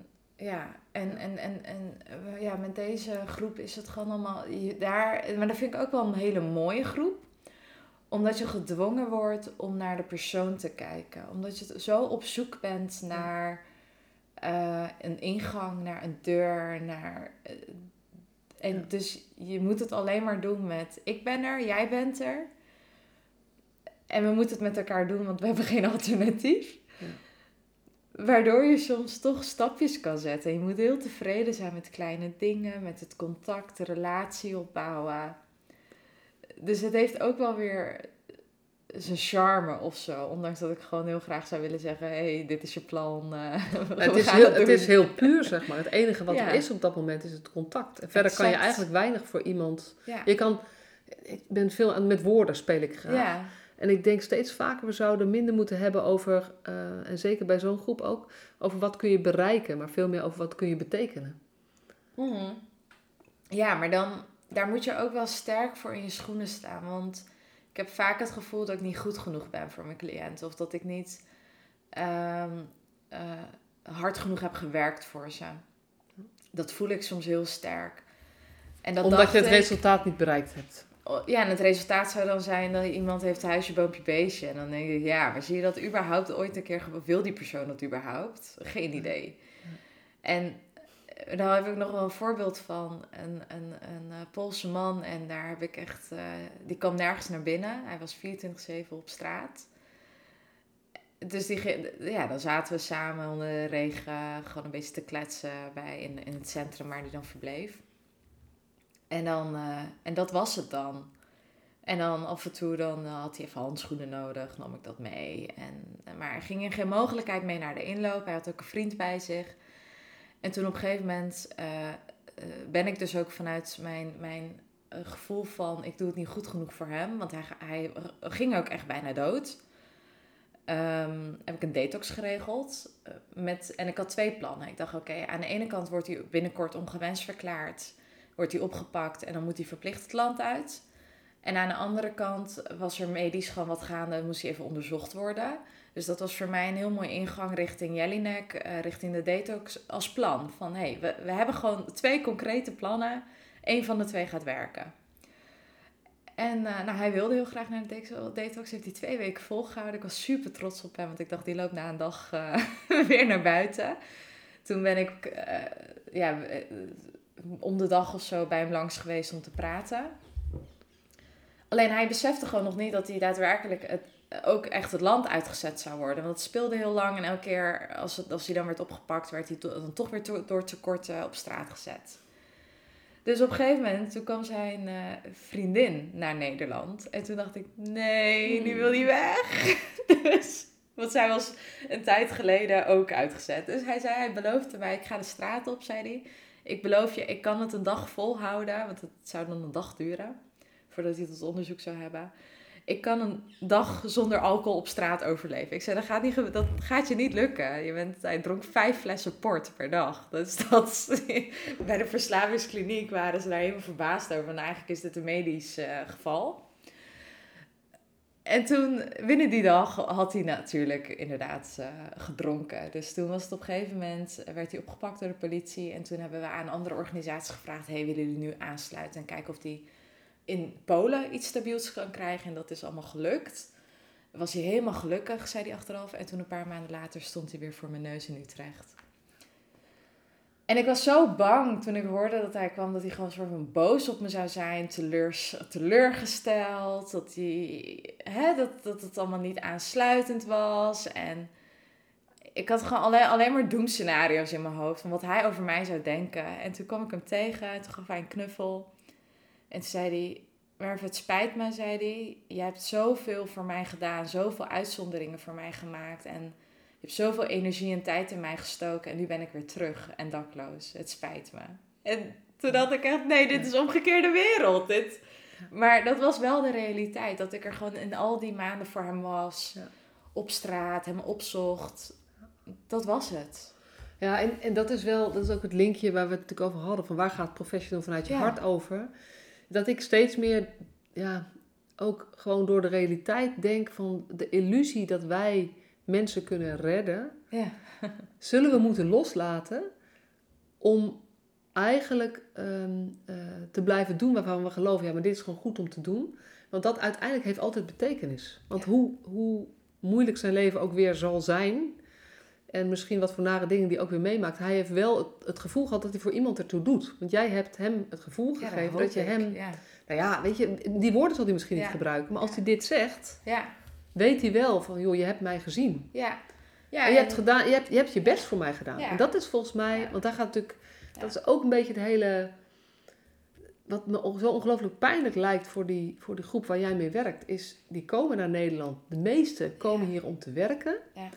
met deze groep is het gewoon allemaal maar dat vind ik ook wel een hele mooie groep. Omdat je gedwongen wordt om naar de persoon te kijken. Omdat je zo op zoek bent naar een ingang, naar een deur. Dus je moet het alleen maar doen met, ik ben er, jij bent er. En we moeten het met elkaar doen, want we hebben geen alternatief. Ja. Waardoor je soms toch stapjes kan zetten. Je moet heel tevreden zijn met kleine dingen, met het contact, de relatie opbouwen. Dus het heeft ook wel weer zijn charme of zo. Ondanks dat ik gewoon heel graag zou willen zeggen, hey, dit is je plan. Het is heel puur, zeg maar. Het enige wat er is op dat moment is het contact. En verder kan je eigenlijk weinig voor iemand. Ja. Ik ben veel met woorden, speel ik graag. Ja. En ik denk steeds vaker, we zouden minder moeten hebben over, en zeker bij zo'n groep ook, over wat kun je bereiken, maar veel meer over wat kun je betekenen. Mm-hmm. Ja, maar dan, daar moet je ook wel sterk voor in je schoenen staan. Want ik heb vaak het gevoel dat ik niet goed genoeg ben voor mijn cliënten. Of dat ik niet hard genoeg heb gewerkt voor ze. Dat voel ik soms heel sterk. En dat Omdat je het resultaat niet bereikt hebt. Ja, en het resultaat zou dan zijn dat iemand heeft huisje, boompje, beestje. En dan denk ik, ja, maar zie je dat überhaupt ooit een keer... Wil die persoon dat überhaupt? Geen idee. En daar heb ik nog wel een voorbeeld van. Een Poolse man en daar heb ik echt... die kwam nergens naar binnen. Hij was 24/7 op straat. Dus dan zaten we samen onder de regen gewoon een beetje te kletsen in het centrum waar hij dan verbleef. En dat was het dan. En dan af en toe dan had hij even handschoenen nodig, nam ik dat mee. Maar hij ging in geen mogelijkheid mee naar de inloop. Hij had ook een vriend bij zich. En toen op een gegeven moment ben ik dus ook vanuit mijn gevoel van... ik doe het niet goed genoeg voor hem. Want hij ging ook echt bijna dood. Heb ik een detox geregeld. En ik had 2 plannen. Ik dacht, oké, aan de ene kant wordt hij binnenkort ongewenst verklaard. Wordt hij opgepakt en dan moet hij verplicht het land uit. En aan de andere kant was er medisch gewoon wat gaande. Moest hij even onderzocht worden. Dus dat was voor mij een heel mooi ingang richting Jelinek. Richting de detox als plan. Van we hebben gewoon 2 concrete plannen. 1 van de 2 gaat werken. En hij wilde heel graag naar de detox. Heeft hij 2 weken volgehouden. Ik was super trots op hem. Want ik dacht, die loopt na een dag weer naar buiten. Toen ben ik om de dag of zo bij hem langs geweest om te praten. Alleen hij besefte gewoon nog niet dat hij daadwerkelijk ook echt het land uitgezet zou worden. Want het speelde heel lang. En elke keer als hij dan werd opgepakt, werd hij dan toch weer door tekorten op straat gezet. Dus op een gegeven moment, toen kwam zijn vriendin naar Nederland. En toen dacht ik, nee, nu wil hij weg. Want zij was een tijd geleden ook uitgezet. Dus hij beloofde mij, ik ga de straat op, zei hij. Ik beloof je, ik kan het een dag volhouden. Want het zou dan een dag duren, voordat hij het onderzoek zou hebben. Ik kan een dag zonder alcohol op straat overleven. Ik zei, dat gaat je niet lukken. Hij dronk 5 flessen port per dag. Dus bij de verslavingskliniek waren ze daar helemaal verbaasd over. Want eigenlijk is dit een medisch geval. En toen, binnen die dag, had hij natuurlijk inderdaad gedronken. Dus toen was het op een gegeven moment, werd hij opgepakt door de politie. En toen hebben we aan andere organisaties gevraagd, willen jullie nu aansluiten en kijken of die in Polen iets stabiels kan krijgen. En dat is allemaal gelukt. Was hij helemaal gelukkig, zei hij achteraf. En toen een paar maanden later stond hij weer voor mijn neus in Utrecht. En ik was zo bang toen ik hoorde dat hij kwam, dat hij gewoon soort van boos op me zou zijn, teleurgesteld, dat het allemaal niet aansluitend was. En ik had gewoon alleen maar doemscenario's in mijn hoofd van wat hij over mij zou denken. En toen kwam ik hem tegen en toen gaf hij een knuffel. En toen zei hij, maar het spijt me, zei hij, je hebt zoveel voor mij gedaan, zoveel uitzonderingen voor mij gemaakt en je hebt zoveel energie en tijd in mij gestoken en nu ben ik weer terug en dakloos. Het spijt me. En toen dacht ik echt, nee, dit is omgekeerde wereld. Maar dat was wel de realiteit, dat ik er gewoon in al die maanden voor hem was, op straat, hem opzocht. Dat was het. Ja, en dat is ook het linkje waar we het natuurlijk over hadden, van waar gaat professional vanuit je hart over? Dat ik steeds meer, ook gewoon door de realiteit denk van de illusie dat wij mensen kunnen redden, zullen we moeten loslaten om eigenlijk te blijven doen waarvan we geloven, maar dit is gewoon goed om te doen. Want dat uiteindelijk heeft altijd betekenis. Want hoe moeilijk zijn leven ook weer zal zijn, en misschien wat voor nare dingen die ook weer meemaakt, hij heeft wel het gevoel gehad dat hij voor iemand ertoe doet. Want jij hebt hem het gevoel gegeven dat je hem... Ja. Nou ja, weet je, die woorden zal hij misschien niet gebruiken. Maar als hij dit zegt, weet hij wel van, joh, je hebt mij gezien. Ja, en je hebt gedaan, je hebt je best voor mij gedaan. Ja. En dat is volgens mij, want daar gaat natuurlijk... Dat is ook een beetje het hele... Wat me zo ongelooflijk pijnlijk lijkt voor die groep waar jij mee werkt, is, die komen naar Nederland. De meesten komen hier om te werken. Ja.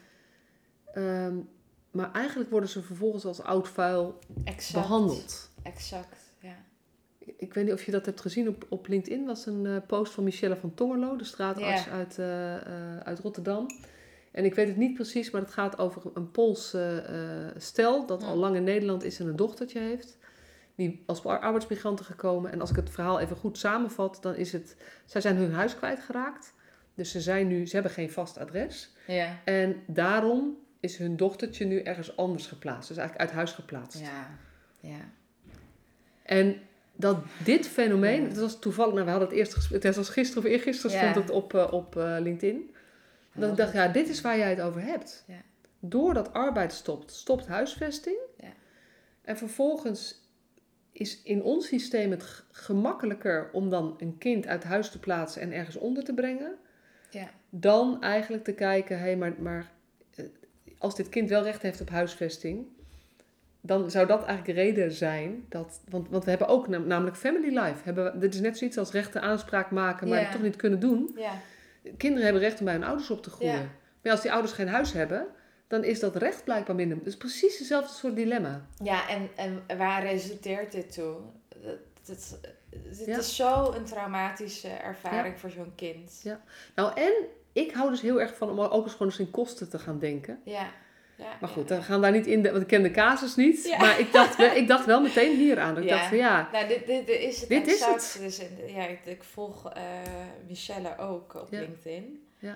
Maar eigenlijk worden ze vervolgens als oud vuil behandeld. Exact, ja. Ik weet niet of je dat hebt gezien op LinkedIn. Was een post van Michelle van Tongerlo, de straatarts uit Rotterdam. En ik weet het niet precies, maar het gaat over een Pools stel dat al lang in Nederland is en een dochtertje heeft. Die als arbeidsmigranten gekomen. En als ik het verhaal even goed samenvat, dan is het... Zij zijn hun huis kwijtgeraakt. Dus ze hebben geen vast adres. Ja. En daarom is hun dochtertje nu ergens anders geplaatst. Dus eigenlijk uit huis geplaatst. Ja. En dat dit fenomeen... Het was toevallig... Nou, we hadden het eerst... Het was gisteren of eergisteren stond het op LinkedIn. Dat ik dacht, dit is waar jij het over hebt. Ja. Doordat arbeid stopt huisvesting. Ja. En vervolgens is in ons systeem het gemakkelijker om dan een kind uit huis te plaatsen en ergens onder te brengen. Ja. Dan eigenlijk te kijken, maar als dit kind wel recht heeft op huisvesting, dan zou dat eigenlijk de reden zijn. Want we hebben ook namelijk family life. Dit is net zoiets als rechten aanspraak maken, maar het toch niet kunnen doen. Ja. Kinderen hebben recht om bij hun ouders op te groeien. Ja. Maar als die ouders geen huis hebben, dan is dat recht blijkbaar minder. Dus precies hetzelfde soort dilemma. Ja, en waar resulteert dit toe? Het is zo een traumatische ervaring voor zo'n kind. Ja. Nou, en ik hou dus heel erg van om ook eens gewoon eens in kosten te gaan denken. Ja. Maar goed, we gaan daar niet in, want ik ken de casus niet. Ja. Maar ik dacht wel meteen hieraan. Ik dacht van Nou, dit is het dit exact. is het. Dus, ik volg Michelle ook op LinkedIn. Ja.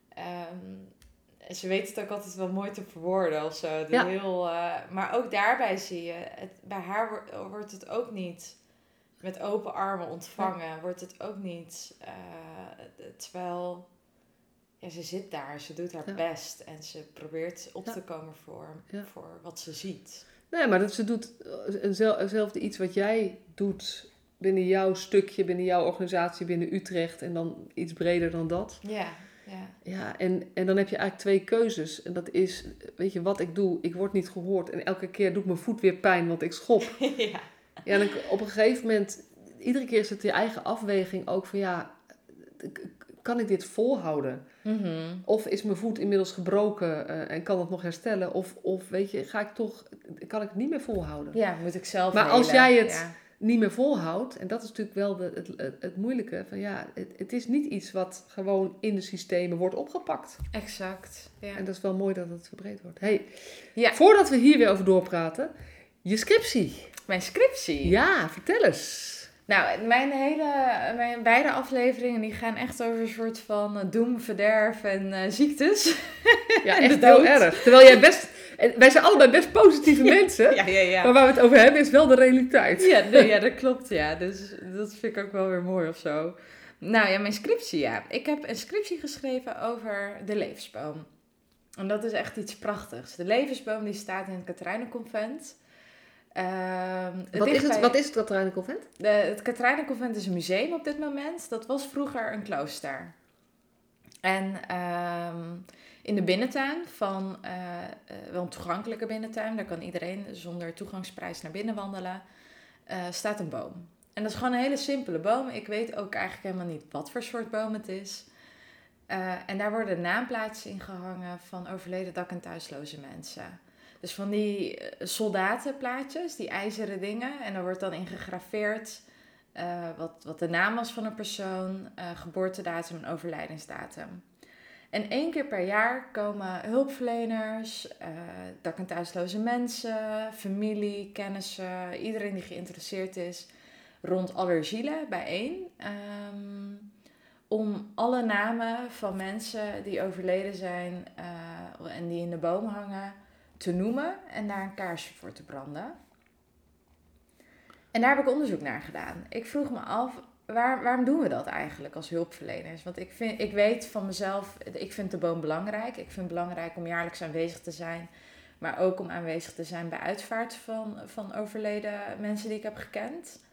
En ze weet het ook altijd wel mooi te verwoorden of zo. Ja. Maar ook daarbij zie je, bij haar wordt het ook niet met open armen ontvangen. Ja. Wordt het ook niet, terwijl ze zit daar, ze doet haar best. En ze probeert op te komen voor wat ze ziet. Nee, maar ze doet hetzelfde iets wat jij doet binnen jouw stukje, binnen jouw organisatie, binnen Utrecht. En dan iets breder dan dat. Ja, en dan heb je eigenlijk twee keuzes. En dat is, weet je, wat ik doe, ik word niet gehoord. En elke keer doet mijn voet weer pijn, want ik schop. Ja, en op een gegeven moment, iedere keer is het je eigen afweging ook van kan ik dit volhouden? Mm-hmm. Of is mijn voet inmiddels gebroken en kan het nog herstellen? Of weet je, kan ik het niet meer volhouden? Ja, moet ik zelf Maar helen. als jij het niet meer volhoudt, en dat is natuurlijk wel het moeilijke, van het is niet iets wat gewoon in de systemen wordt opgepakt. Exact, ja. En dat is wel mooi dat het verbreed wordt. Voordat we hier weer over doorpraten, je scriptie. Mijn scriptie? Ja, vertel eens. Nou, mijn beide afleveringen die gaan echt over een soort van doem, verderf en ziektes. Ja, echt heel erg. Terwijl jij wij zijn allebei best positieve mensen. Ja. Maar waar we het over hebben is wel de realiteit. Ja, dat klopt, ja. Dus dat vind ik ook wel weer mooi of zo. Nou ja, mijn scriptie, ja. Ik heb een scriptie geschreven over de levensboom. En dat is echt iets prachtigs. De levensboom die staat in het Katerijnenconvent. Wat is het Katerijnenconvent? Het Katerijnenconvent is een museum op dit moment. Dat was vroeger een klooster. En in de binnentuin van, wel een toegankelijke binnentuin, daar kan iedereen zonder toegangsprijs naar binnen wandelen, staat een boom. En dat is gewoon een hele simpele boom. Ik weet ook eigenlijk helemaal niet wat voor soort boom het is. En daar worden naamplaatsen in gehangen van overleden dak- en thuisloze mensen. Dus van die soldatenplaatjes, die ijzeren dingen. En daar wordt dan in gegraveerd wat de naam was van een persoon, geboortedatum en overlijdensdatum. En 1 keer per jaar komen hulpverleners, dak- en thuisloze mensen, familie, kennissen, iedereen die geïnteresseerd is rond Allerzielen bijeen. Om alle namen van mensen die overleden zijn en die in de boom hangen te noemen en daar een kaarsje voor te branden. En daar heb ik onderzoek naar gedaan. Ik vroeg me af, waarom doen we dat eigenlijk als hulpverleners? Want ik weet van mezelf, ik vind de boom belangrijk. Ik vind het belangrijk om jaarlijks aanwezig te zijn. Maar ook om aanwezig te zijn bij uitvaart van overleden mensen die ik heb gekend.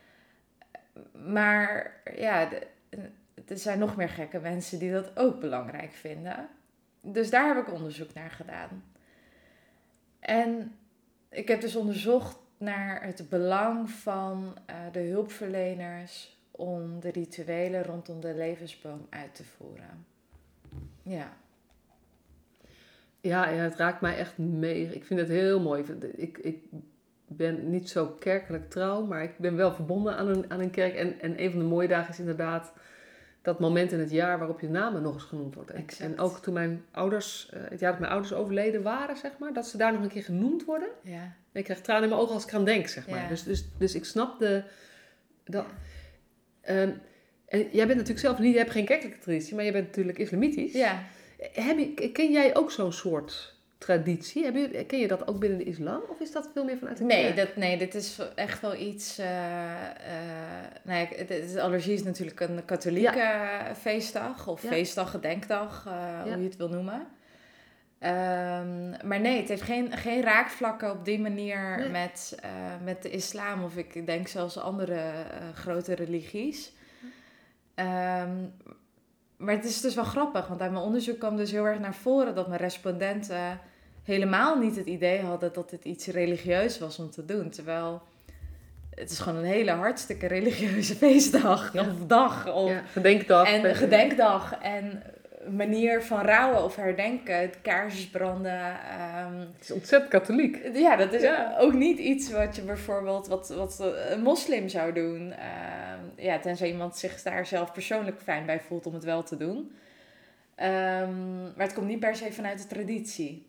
Maar ja, er zijn nog meer gekke mensen die dat ook belangrijk vinden. Dus daar heb ik onderzoek naar gedaan. En ik heb dus onderzocht naar het belang van de hulpverleners om de rituelen rondom de levensboom uit te voeren. Ja. Ja, het raakt mij echt mee. Ik vind het heel mooi. ben niet zo kerkelijk trouw, maar ik ben wel verbonden aan een kerk. En een van de mooie dagen is inderdaad dat moment in het jaar waarop je namen nog eens genoemd wordt. En ook toen mijn ouders, het jaar dat mijn ouders overleden waren, zeg maar, dat ze daar nog een keer genoemd worden. Ja. En ik krijg tranen in mijn ogen als ik eraan denk, zeg maar. Ja. Dus ik snap en jij bent natuurlijk zelf niet, je hebt geen kerkelijke traditie, maar je bent natuurlijk islamitisch. Ja. Ken jij ook zo'n soort traditie? Ken je dat ook binnen de islam? Of is dat veel meer vanuit de kerk? Nee, dit is echt wel iets... de allergie is natuurlijk een katholieke feestdag. Of feestdag, gedenkdag, hoe je het wil noemen. Maar nee, het heeft geen raakvlakken op die manier met de islam. Of ik denk zelfs andere grote religies. Maar het is dus wel grappig. Want uit mijn onderzoek kwam dus heel erg naar voren dat mijn respondenten helemaal niet het idee hadden dat dit iets religieus was om te doen. Terwijl het is gewoon een hele hartstikke religieuze feestdag. Of dag. Gedenkdag. En gedenkdag. En manier van rouwen of herdenken. Kaarsjes branden. Het is ontzettend katholiek. Ja, dat is ook niet iets wat je bijvoorbeeld wat een moslim zou doen. Tenzij iemand zich daar zelf persoonlijk fijn bij voelt om het wel te doen. Maar het komt niet per se vanuit de traditie.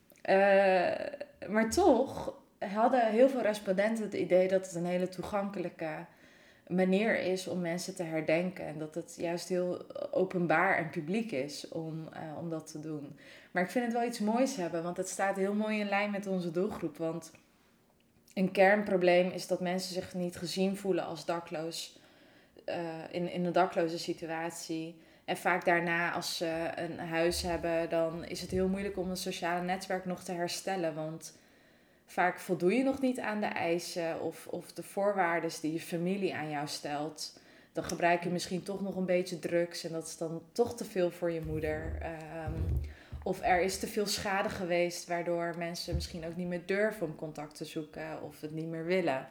Maar toch hadden heel veel respondenten het idee dat het een hele toegankelijke manier is om mensen te herdenken. En dat het juist heel openbaar en publiek is om dat te doen. Maar ik vind het wel iets moois hebben, want het staat heel mooi in lijn met onze doelgroep. Want een kernprobleem is dat mensen zich niet gezien voelen als dakloos in een dakloze situatie. En vaak daarna, als ze een huis hebben, dan is het heel moeilijk om een sociale netwerk nog te herstellen. Want vaak voldoe je nog niet aan de eisen of de voorwaarden die je familie aan jou stelt. Dan gebruik je misschien toch nog een beetje drugs en dat is dan toch te veel voor je moeder. Of er is te veel schade geweest, waardoor mensen misschien ook niet meer durven om contact te zoeken of het niet meer willen.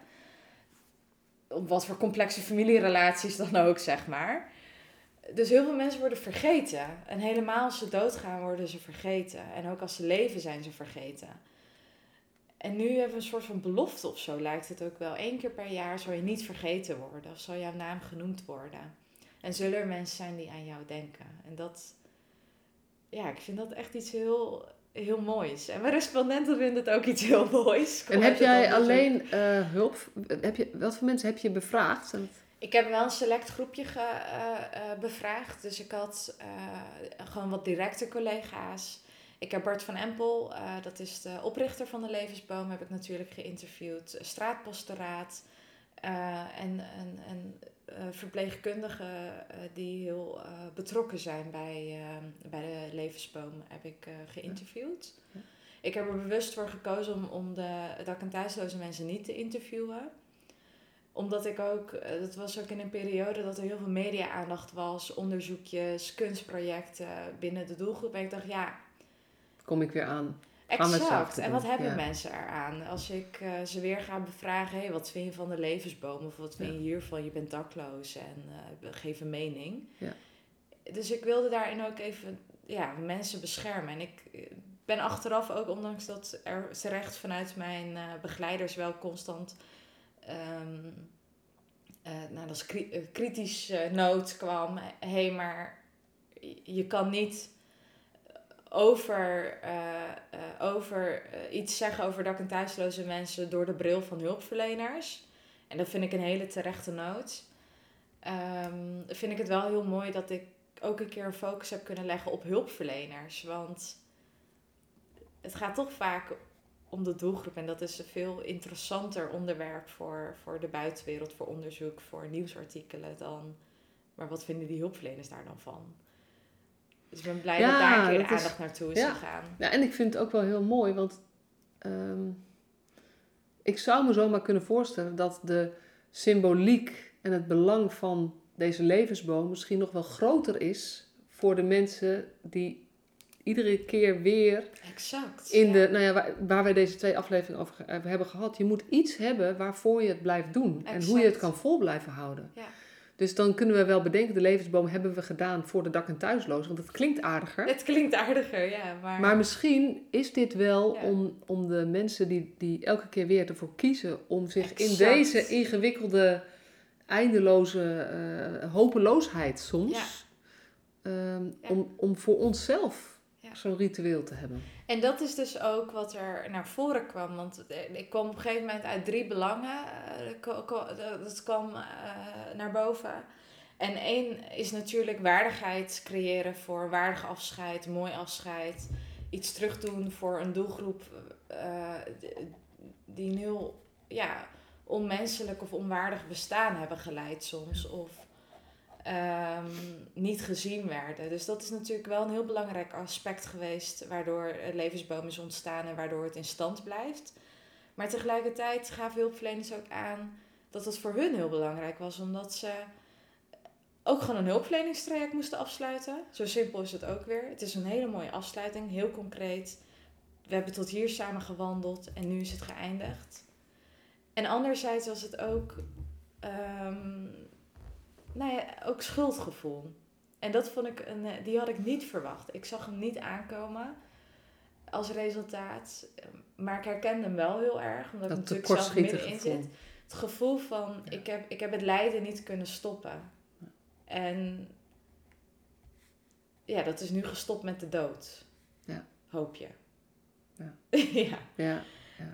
Op wat voor complexe familierelaties dan ook, zeg maar. Dus heel veel mensen worden vergeten. En helemaal als ze doodgaan, worden ze vergeten. En ook als ze leven, zijn ze vergeten. En nu hebben we een soort van belofte of zo, lijkt het ook wel. 1 keer per jaar zal je niet vergeten worden. Of zal jouw naam genoemd worden. En zullen er mensen zijn die aan jou denken. En dat... Ja, ik vind dat echt iets heel, heel moois. En mijn respondenten vinden het ook iets heel moois. En heb jij alleen hulp? Wat voor mensen heb je bevraagd? Ik heb wel een select groepje bevraagd. Dus ik had gewoon wat directe collega's. Ik heb Bart van Empel, dat is de oprichter van de Levensboom, heb ik natuurlijk geïnterviewd. Straatpastoraat en verpleegkundigen die heel betrokken zijn bij de Levensboom heb ik geïnterviewd. Ja. Ik heb er bewust voor gekozen om de dak- en thuisloze mensen niet te interviewen. Omdat ik ook, dat was ook in een periode dat er heel veel media-aandacht was, onderzoekjes, kunstprojecten binnen de doelgroep. En ik dacht, ja... Kom ik weer aan. Exact. En wat hebben mensen eraan? Als ik ze weer ga bevragen, hey, wat vind je van de Levensboom? Of wat vind je hiervan? Je bent dakloos en geef een mening. Ja. Dus ik wilde daarin ook even mensen beschermen. En ik ben achteraf ook, ondanks dat er terecht vanuit mijn begeleiders wel constant... dat is kritisch noot kwam. Hé, maar je kan niet over iets zeggen over dak- en thuisloze mensen door de bril van hulpverleners. En dat vind ik een hele terechte noot. Vind ik het wel heel mooi dat ik ook een keer een focus heb kunnen leggen op hulpverleners. Want het gaat toch vaak om de doelgroep. En dat is een veel interessanter onderwerp voor de buitenwereld, voor onderzoek, voor nieuwsartikelen dan... Maar wat vinden die hulpverleners daar dan van? Dus ik ben blij dat daar een keer de aandacht naartoe is gegaan. Ja, en ik vind het ook wel heel mooi, want ik zou me zomaar kunnen voorstellen dat de symboliek en het belang van deze levensboom misschien nog wel groter is voor de mensen die iedere keer weer waar wij deze 2 afleveringen over hebben gehad. Je moet iets hebben waarvoor je het blijft doen. Exact. En hoe je het kan vol blijven houden. Ja. Dus dan kunnen we wel bedenken, de levensboom hebben we gedaan voor de dak- en thuislozen. Want het klinkt aardiger. Het klinkt aardiger, ja. Maar misschien is dit wel om de mensen die elke keer weer ervoor kiezen om zich in deze ingewikkelde, eindeloze hopeloosheid soms, om voor onszelf zo'n ritueel te hebben. En dat is dus ook wat er naar voren kwam. Want ik kwam op een gegeven moment uit 3 belangen. Dat kwam naar boven. En 1 is natuurlijk waardigheid creëren voor waardig afscheid, mooi afscheid. Iets terugdoen voor een doelgroep die een heel onmenselijk of onwaardig bestaan hebben geleid soms. Of niet gezien werden. Dus dat is natuurlijk wel een heel belangrijk aspect geweest waardoor het levensboom is ontstaan en waardoor het in stand blijft. Maar tegelijkertijd gaven hulpverleners ook aan dat het voor hun heel belangrijk was, omdat ze ook gewoon een hulpverleningstraject moesten afsluiten. Zo simpel is het ook weer. Het is een hele mooie afsluiting, heel concreet. We hebben tot hier samen gewandeld en nu is het geëindigd. En anderzijds was het ook ook schuldgevoel. En dat vond ik die had ik niet verwacht. Ik zag hem niet aankomen als resultaat. Maar ik herkende hem wel heel erg, omdat ik natuurlijk zelf middenin zit. Het gevoel van, ik heb het lijden niet kunnen stoppen. En dat is nu gestopt met de dood. Ja. Hoop je. Ja. Ja. Ja.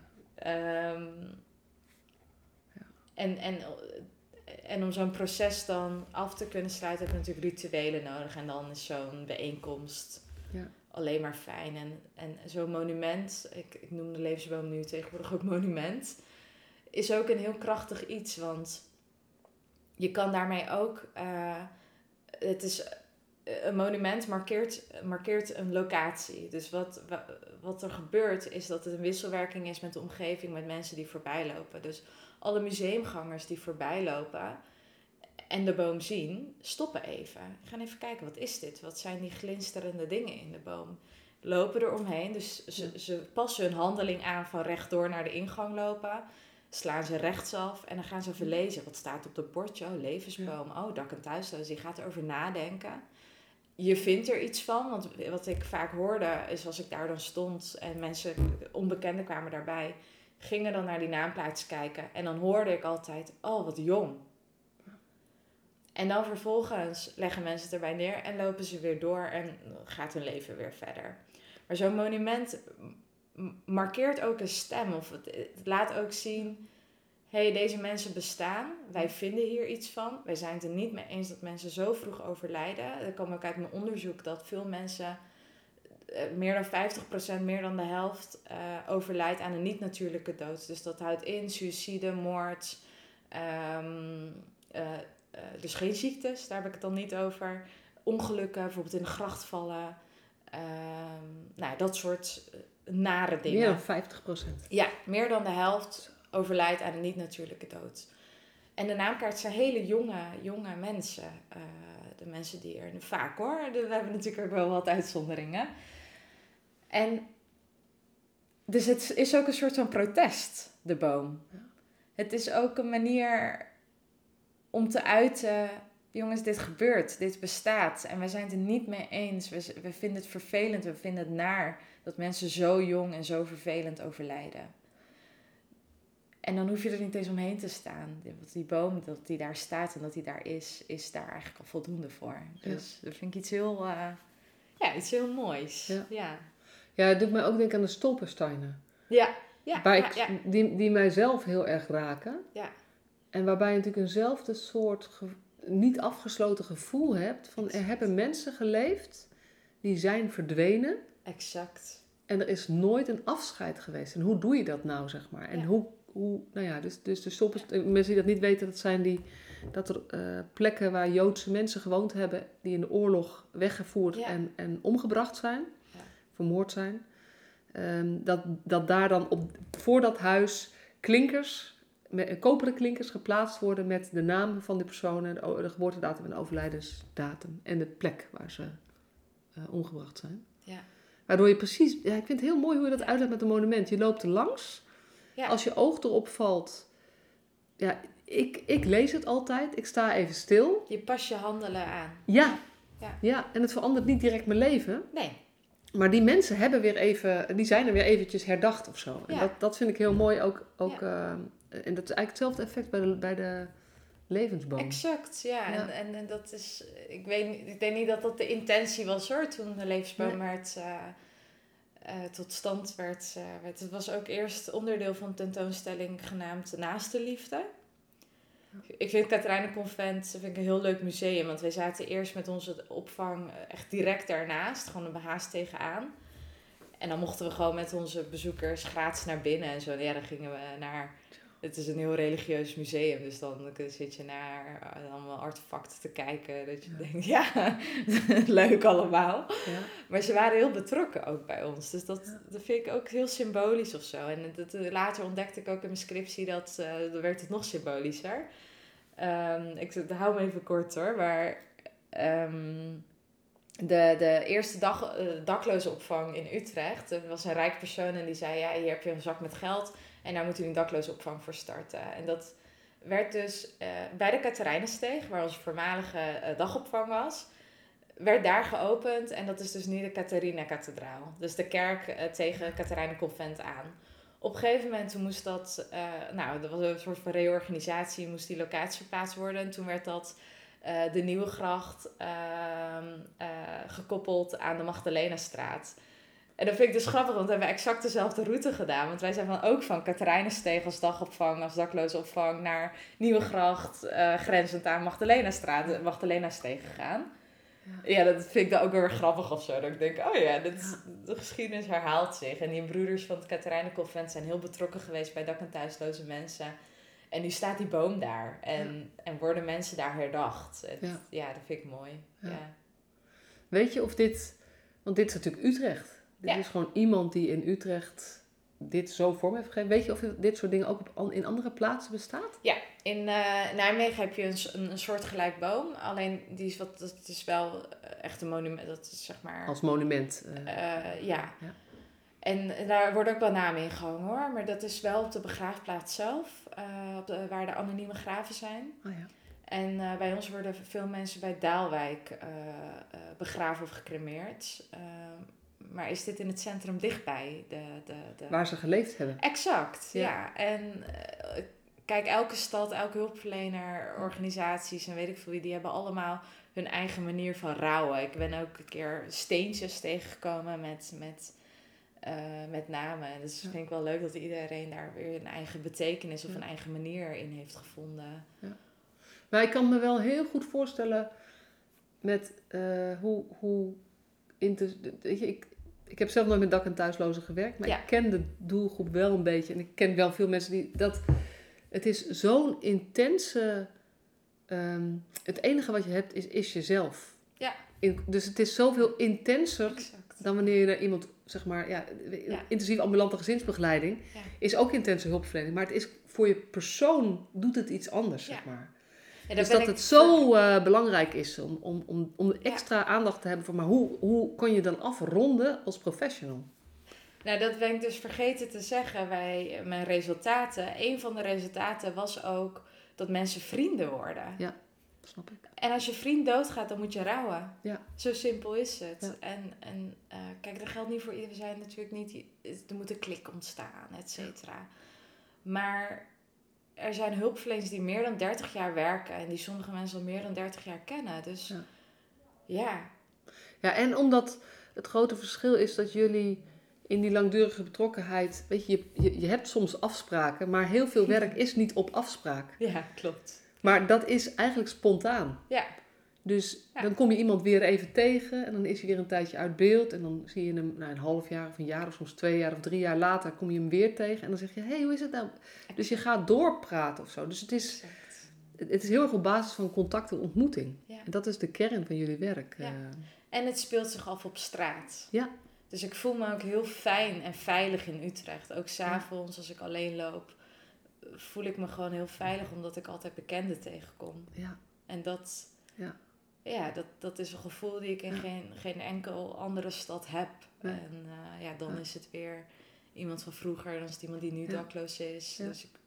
En om zo'n proces dan af te kunnen sluiten, heb je natuurlijk rituelen nodig. En dan is zo'n bijeenkomst alleen maar fijn. En zo'n monument, ik noem de levensboom nu tegenwoordig ook monument, is ook een heel krachtig iets. Want je kan daarmee ook, een monument markeert een locatie. Dus wat er gebeurt is dat het een wisselwerking is met de omgeving, met mensen die voorbij lopen. Dus alle museumgangers die voorbij lopen en de boom zien, stoppen even. Gaan even kijken, wat is dit? Wat zijn die glinsterende dingen in de boom? Lopen er omheen, dus ze passen hun handeling aan van rechtdoor naar de ingang lopen. Slaan ze rechtsaf en dan gaan ze even lezen. Wat staat op het bordje? Oh, levensboom. Oh, dak- en thuislozen. Je gaat erover nadenken. Je vindt er iets van, want wat ik vaak hoorde is als ik daar dan stond en mensen, onbekenden kwamen daarbij, gingen dan naar die naamplaats kijken en dan hoorde ik altijd, oh wat jong. En dan vervolgens leggen mensen het erbij neer en lopen ze weer door en gaat hun leven weer verder. Maar zo'n monument markeert ook een stem of het laat ook zien, hey, deze mensen bestaan, wij vinden hier iets van. Wij zijn het er niet mee eens dat mensen zo vroeg overlijden. Er kwam ook uit mijn onderzoek dat veel mensen, meer dan 50%, meer dan de helft, overlijdt aan een niet-natuurlijke dood. Dus dat houdt in suïcide, moord, dus geen ziektes, daar heb ik het dan niet over. Ongelukken, bijvoorbeeld in de gracht vallen. Dat soort nare dingen. Meer dan 50%. Ja, meer dan de helft overlijdt aan een niet-natuurlijke dood. En de naamkaart zijn hele jonge mensen. De mensen die er vaak hoor. We hebben natuurlijk ook wel wat uitzonderingen. En dus het is ook een soort van protest, de boom. Ja. Het is ook een manier om te uiten, jongens, dit gebeurt, dit bestaat. En wij zijn het er niet mee eens. We vinden het vervelend, we vinden het naar dat mensen zo jong en zo vervelend overlijden. En dan hoef je er niet eens omheen te staan. Die boom, dat die daar staat en dat die daar is daar eigenlijk al voldoende voor. Dus dat vind ik iets heel moois. Ja, het doet mij ook denken aan de stolpersteinen. Die mijzelf heel erg raken. Ja. En waarbij je natuurlijk eenzelfde soort niet afgesloten gevoel hebt van er hebben mensen geleefd die zijn verdwenen. Exact. En er is nooit een afscheid geweest. En hoe doe je dat nou, zeg maar? En dus de stolpersteinen, mensen die dat niet weten, dat er plekken waar Joodse mensen gewoond hebben die in de oorlog weggevoerd en omgebracht zijn, vermoord zijn. Dat daar dan voor dat huis koperen klinkers geplaatst worden met de naam van de personen, de geboortedatum en de overlijdensdatum en de plek waar ze omgebracht zijn. Ja. Waardoor je precies, ik vind het heel mooi hoe je dat uitlegt met een monument. Je loopt er langs, als je oog erop valt, ik lees het altijd. Ik sta even stil. Je pas je handelen aan. Ja. Ja. Ja, en het verandert niet direct mijn leven. Nee. Maar die mensen hebben die zijn er weer eventjes herdacht of zo. En Ja. dat vind ik heel mooi ook en dat is eigenlijk hetzelfde effect bij de levensboom. Exact, ja. Ja. En dat is... Ik denk niet dat dat de intentie was hoor, toen de levensboom tot stand werd. Het was ook eerst onderdeel van een tentoonstelling genaamd Naaste Liefde. Ik vind het Katerijnenconvent een heel leuk museum. Want wij zaten eerst met onze opvang echt direct daarnaast. Gewoon een behaast tegenaan. En dan mochten we gewoon met onze bezoekers gratis naar binnen. En zo, ja, dan gingen we naar... Het is een heel religieus museum. Dus dan zit je naar allemaal artefacten te kijken. Dat je denkt, ja, leuk allemaal. Ja. Maar ze waren heel betrokken ook bij ons. Dus dat vind ik ook heel symbolisch of zo. En later ontdekte ik ook in mijn scriptie dat... dan werd het nog symbolischer. Ik hou me even kort hoor. Maar de eerste dakloze opvang in Utrecht... Er was een rijk persoon en die zei... Ja, hier heb je een zak met geld... En daar moet u een dakloze opvang voor starten. En dat werd dus bij de Katerijnensteeg, waar onze voormalige dagopvang was, werd daar geopend. En dat is dus nu de Catharina-kathedraal. Dus de kerk tegen Katerijnenconvent aan. Op een gegeven moment toen moest dat, er was een soort van reorganisatie, moest die locatie verplaatst worden. En toen werd dat de Nieuwe Gracht gekoppeld aan de Magdalenastraat. En dat vind ik dus grappig, want we hebben exact dezelfde route gedaan. Want wij zijn ook van Katerijnensteeg als dagopvang, als dakloze opvang... naar Nieuwegracht, grenzend aan Magdalenastraat, Magdalenasteeg gegaan. Ja, dat vind ik dan ook weer grappig of zo. Dat ik denk, de geschiedenis herhaalt zich. En die broeders van het Katerijnenconvent zijn heel betrokken geweest bij dak- en thuisloze mensen. En nu staat die boom daar. En worden mensen daar herdacht. Dat vind ik mooi. Ja. Weet je of dit... Want dit is natuurlijk Utrecht... Dit is gewoon iemand die in Utrecht dit zo vorm heeft gegeven. Weet je of dit soort dingen ook in andere plaatsen bestaat? Ja, in Nijmegen heb je een soortgelijk boom. Alleen dat is wel echt een monument. Dat is zeg maar... Als monument. Ja. En daar wordt ook wel namen in gehangen hoor. Maar dat is wel op de begraafplaats zelf. Waar de anonieme graven zijn. Oh ja. En bij ons worden veel mensen bij Daalwijk begraven of gecremeerd. Maar is dit in het centrum dichtbij? Waar ze geleefd hebben. Exact, ja. En kijk, elke stad, elke hulpverlener, organisaties en weet ik veel wie... die hebben allemaal hun eigen manier van rouwen. Ik ben ook een keer steentjes tegengekomen met namen. Dus vind ik wel leuk dat iedereen daar weer een eigen betekenis... of een eigen manier in heeft gevonden. Ja. Maar ik kan me wel heel goed voorstellen... met hoe ik heb zelf nooit met dak- en thuislozen gewerkt, maar ik ken de doelgroep wel een beetje. En ik ken wel veel mensen die het is zo'n intense... het enige wat je hebt is jezelf. Ja. Dus het is zoveel intenser dan wanneer je naar iemand, zeg maar... intensief ambulante gezinsbegeleiding is ook intense hulpverlening. Maar het is voor je persoon doet het iets anders, zeg maar. Ja, dus dat het zo belangrijk is om extra aandacht te hebben voor... maar hoe kan je dan afronden als professional? Nou, dat ben ik dus vergeten te zeggen bij mijn resultaten. Een van de resultaten was ook dat mensen vrienden worden. Ja, dat snap ik. En als je vriend doodgaat, dan moet je rouwen. Ja. Zo simpel is het. Ja. En kijk, dat geldt niet voor iedereen. We zijn natuurlijk niet... Er moet een klik ontstaan, et cetera. Maar... Er zijn hulpverleners die meer dan 30 jaar werken... en die sommige mensen al meer dan 30 jaar kennen. Dus ja. Ja, en omdat het grote verschil is dat jullie in die langdurige betrokkenheid... Weet je hebt soms afspraken... maar heel veel werk is niet op afspraak. Ja, klopt. Maar dat is eigenlijk spontaan. Ja. Dus dan kom je iemand weer even tegen... en dan is hij weer een tijdje uit beeld... en dan zie je hem een half jaar of een jaar... of soms 2 jaar of 3 jaar later kom je hem weer tegen... en dan zeg je, hey, hoe is het nou? Dus je gaat doorpraten of zo. Dus het is heel erg op basis van contact en ontmoeting. Ja. En dat is de kern van jullie werk. Ja. En het speelt zich af op straat. Ja. Dus ik voel me ook heel fijn en veilig in Utrecht. Ook 's avonds als ik alleen loop... voel ik me gewoon heel veilig... omdat ik altijd bekenden tegenkom. Ja. En dat... Ja, dat is een gevoel die ik in geen enkel andere stad heb. Ja. En dan is het weer iemand van vroeger. Dan is het iemand die nu dakloos is. Ja. Dus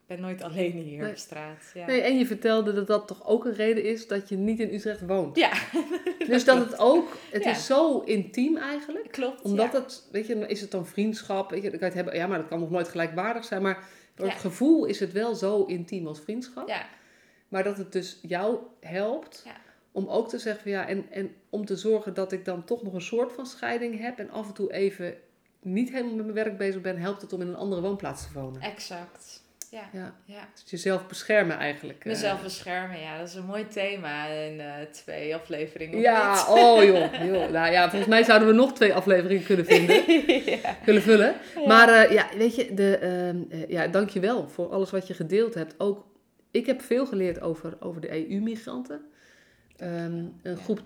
ben nooit alleen hier op straat. Ja. Nee, en je vertelde dat toch ook een reden is dat je niet in Utrecht woont. Ja. Dus dat het ook, het is zo intiem eigenlijk. Klopt, Omdat het, weet je, is het dan vriendschap? Weet je, dan kan je het hebben, ja, maar dat kan nog nooit gelijkwaardig zijn. Maar voor het gevoel is het wel zo intiem als vriendschap. Ja. Maar dat het dus jou helpt om ook te zeggen van en om te zorgen dat ik dan toch nog een soort van scheiding heb. En af en toe even niet helemaal met mijn werk bezig ben, helpt het om in een andere woonplaats te wonen. Exact. Ja. Dus jezelf beschermen eigenlijk. Mezelf beschermen, ja. Dat is een mooi thema in 2 afleveringen. Ja, oh joh. Nou ja, volgens mij zouden we nog 2 afleveringen kunnen vinden. Kunnen vullen. Ja. Maar weet je, dank je wel voor alles wat je gedeeld hebt. Ook, ik heb veel geleerd over de EU-migranten. Een groep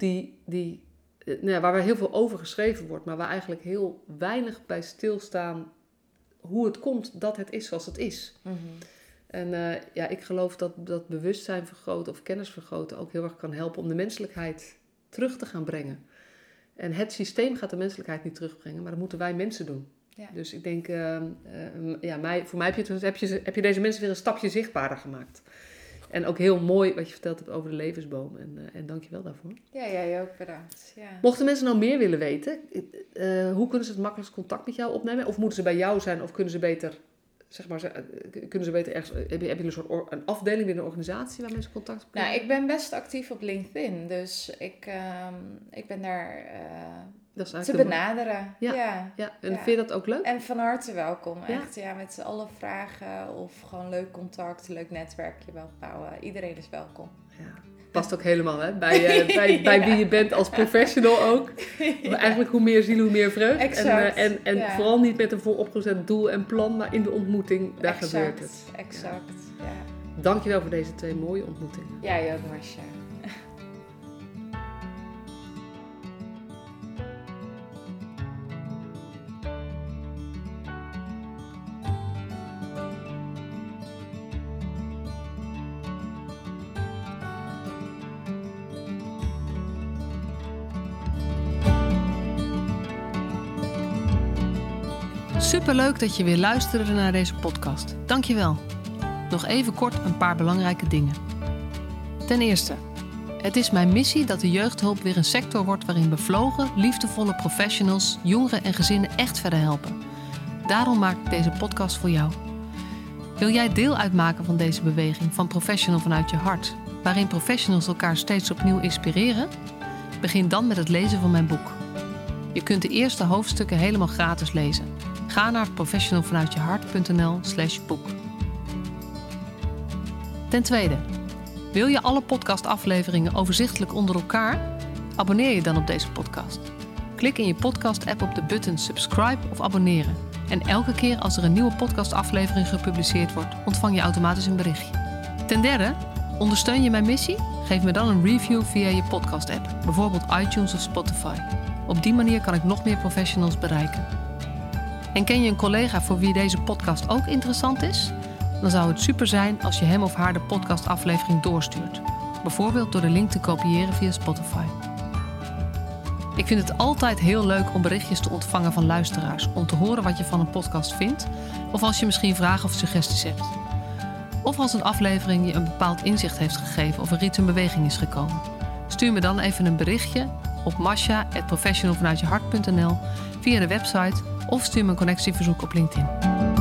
waar waar heel veel over geschreven wordt, maar waar eigenlijk heel weinig bij stilstaan hoe het komt dat het is zoals het is. Mm-hmm. En ik geloof dat bewustzijn vergroten of kennis vergroten ook heel erg kan helpen om de menselijkheid terug te gaan brengen. En het systeem gaat de menselijkheid niet terugbrengen, maar dat moeten wij mensen doen. Ja. Dus ik denk, voor mij heb je deze mensen weer een stapje zichtbaarder gemaakt. En ook heel mooi wat je verteld hebt over de levensboom. En dank je wel daarvoor. Ja, jij ook bedankt. Ja. Mochten mensen nou meer willen weten, hoe kunnen ze het makkelijkst contact met jou opnemen? Of moeten ze bij jou zijn? Of kunnen ze beter, ergens... Heb je een soort een afdeling binnen een organisatie waar mensen contact opnemen? Nou, ik ben best actief op LinkedIn. Dus ik ben daar te benaderen. Ja. En vind je dat ook leuk? En van harte welkom. Echt, met alle vragen of gewoon leuk contact, leuk netwerkje wel opbouwen. Iedereen is welkom. Ja. Past ook helemaal, hè? Bij wie je bent als professional ook. Maar eigenlijk hoe meer ziel, hoe meer vreugd. Exact. En vooral niet met een vooropgezet doel en plan, maar in de ontmoeting, daar gebeurt het. Exact, ja. Dankjewel voor deze 2 mooie ontmoetingen. Jij ook, Marcia. Superleuk dat je weer luisterde naar deze podcast. Dankjewel. Nog even kort een paar belangrijke dingen. Ten eerste, het is mijn missie dat de jeugdhulp weer een sector wordt waarin bevlogen, liefdevolle professionals, jongeren en gezinnen echt verder helpen. Daarom maak ik deze podcast voor jou. Wil jij deel uitmaken van deze beweging van Professional vanuit je hart, waarin professionals elkaar steeds opnieuw inspireren? Begin dan met het lezen van mijn boek. Je kunt de eerste hoofdstukken helemaal gratis lezen. Ga naar professionalvanuitjehart.nl/boek. Ten tweede, wil je alle podcastafleveringen overzichtelijk onder elkaar? Abonneer je dan op deze podcast. Klik in je podcast-app op de button subscribe of abonneren. En elke keer als er een nieuwe podcastaflevering gepubliceerd wordt, ontvang je automatisch een berichtje. Ten derde, ondersteun je mijn missie? Geef me dan een review via je podcast-app, bijvoorbeeld iTunes of Spotify. Op die manier kan ik nog meer professionals bereiken. En ken je een collega voor wie deze podcast ook interessant is? Dan zou het super zijn als je hem of haar de podcastaflevering doorstuurt. Bijvoorbeeld door de link te kopiëren via Spotify. Ik vind het altijd heel leuk om berichtjes te ontvangen van luisteraars, om te horen wat je van een podcast vindt, of als je misschien vragen of suggesties hebt. Of als een aflevering je een bepaald inzicht heeft gegeven of er iets in beweging is gekomen. Stuur me dan even een berichtje op masha@professionalvanuitjehart.nl via de website of stuur me een connectieverzoek op LinkedIn.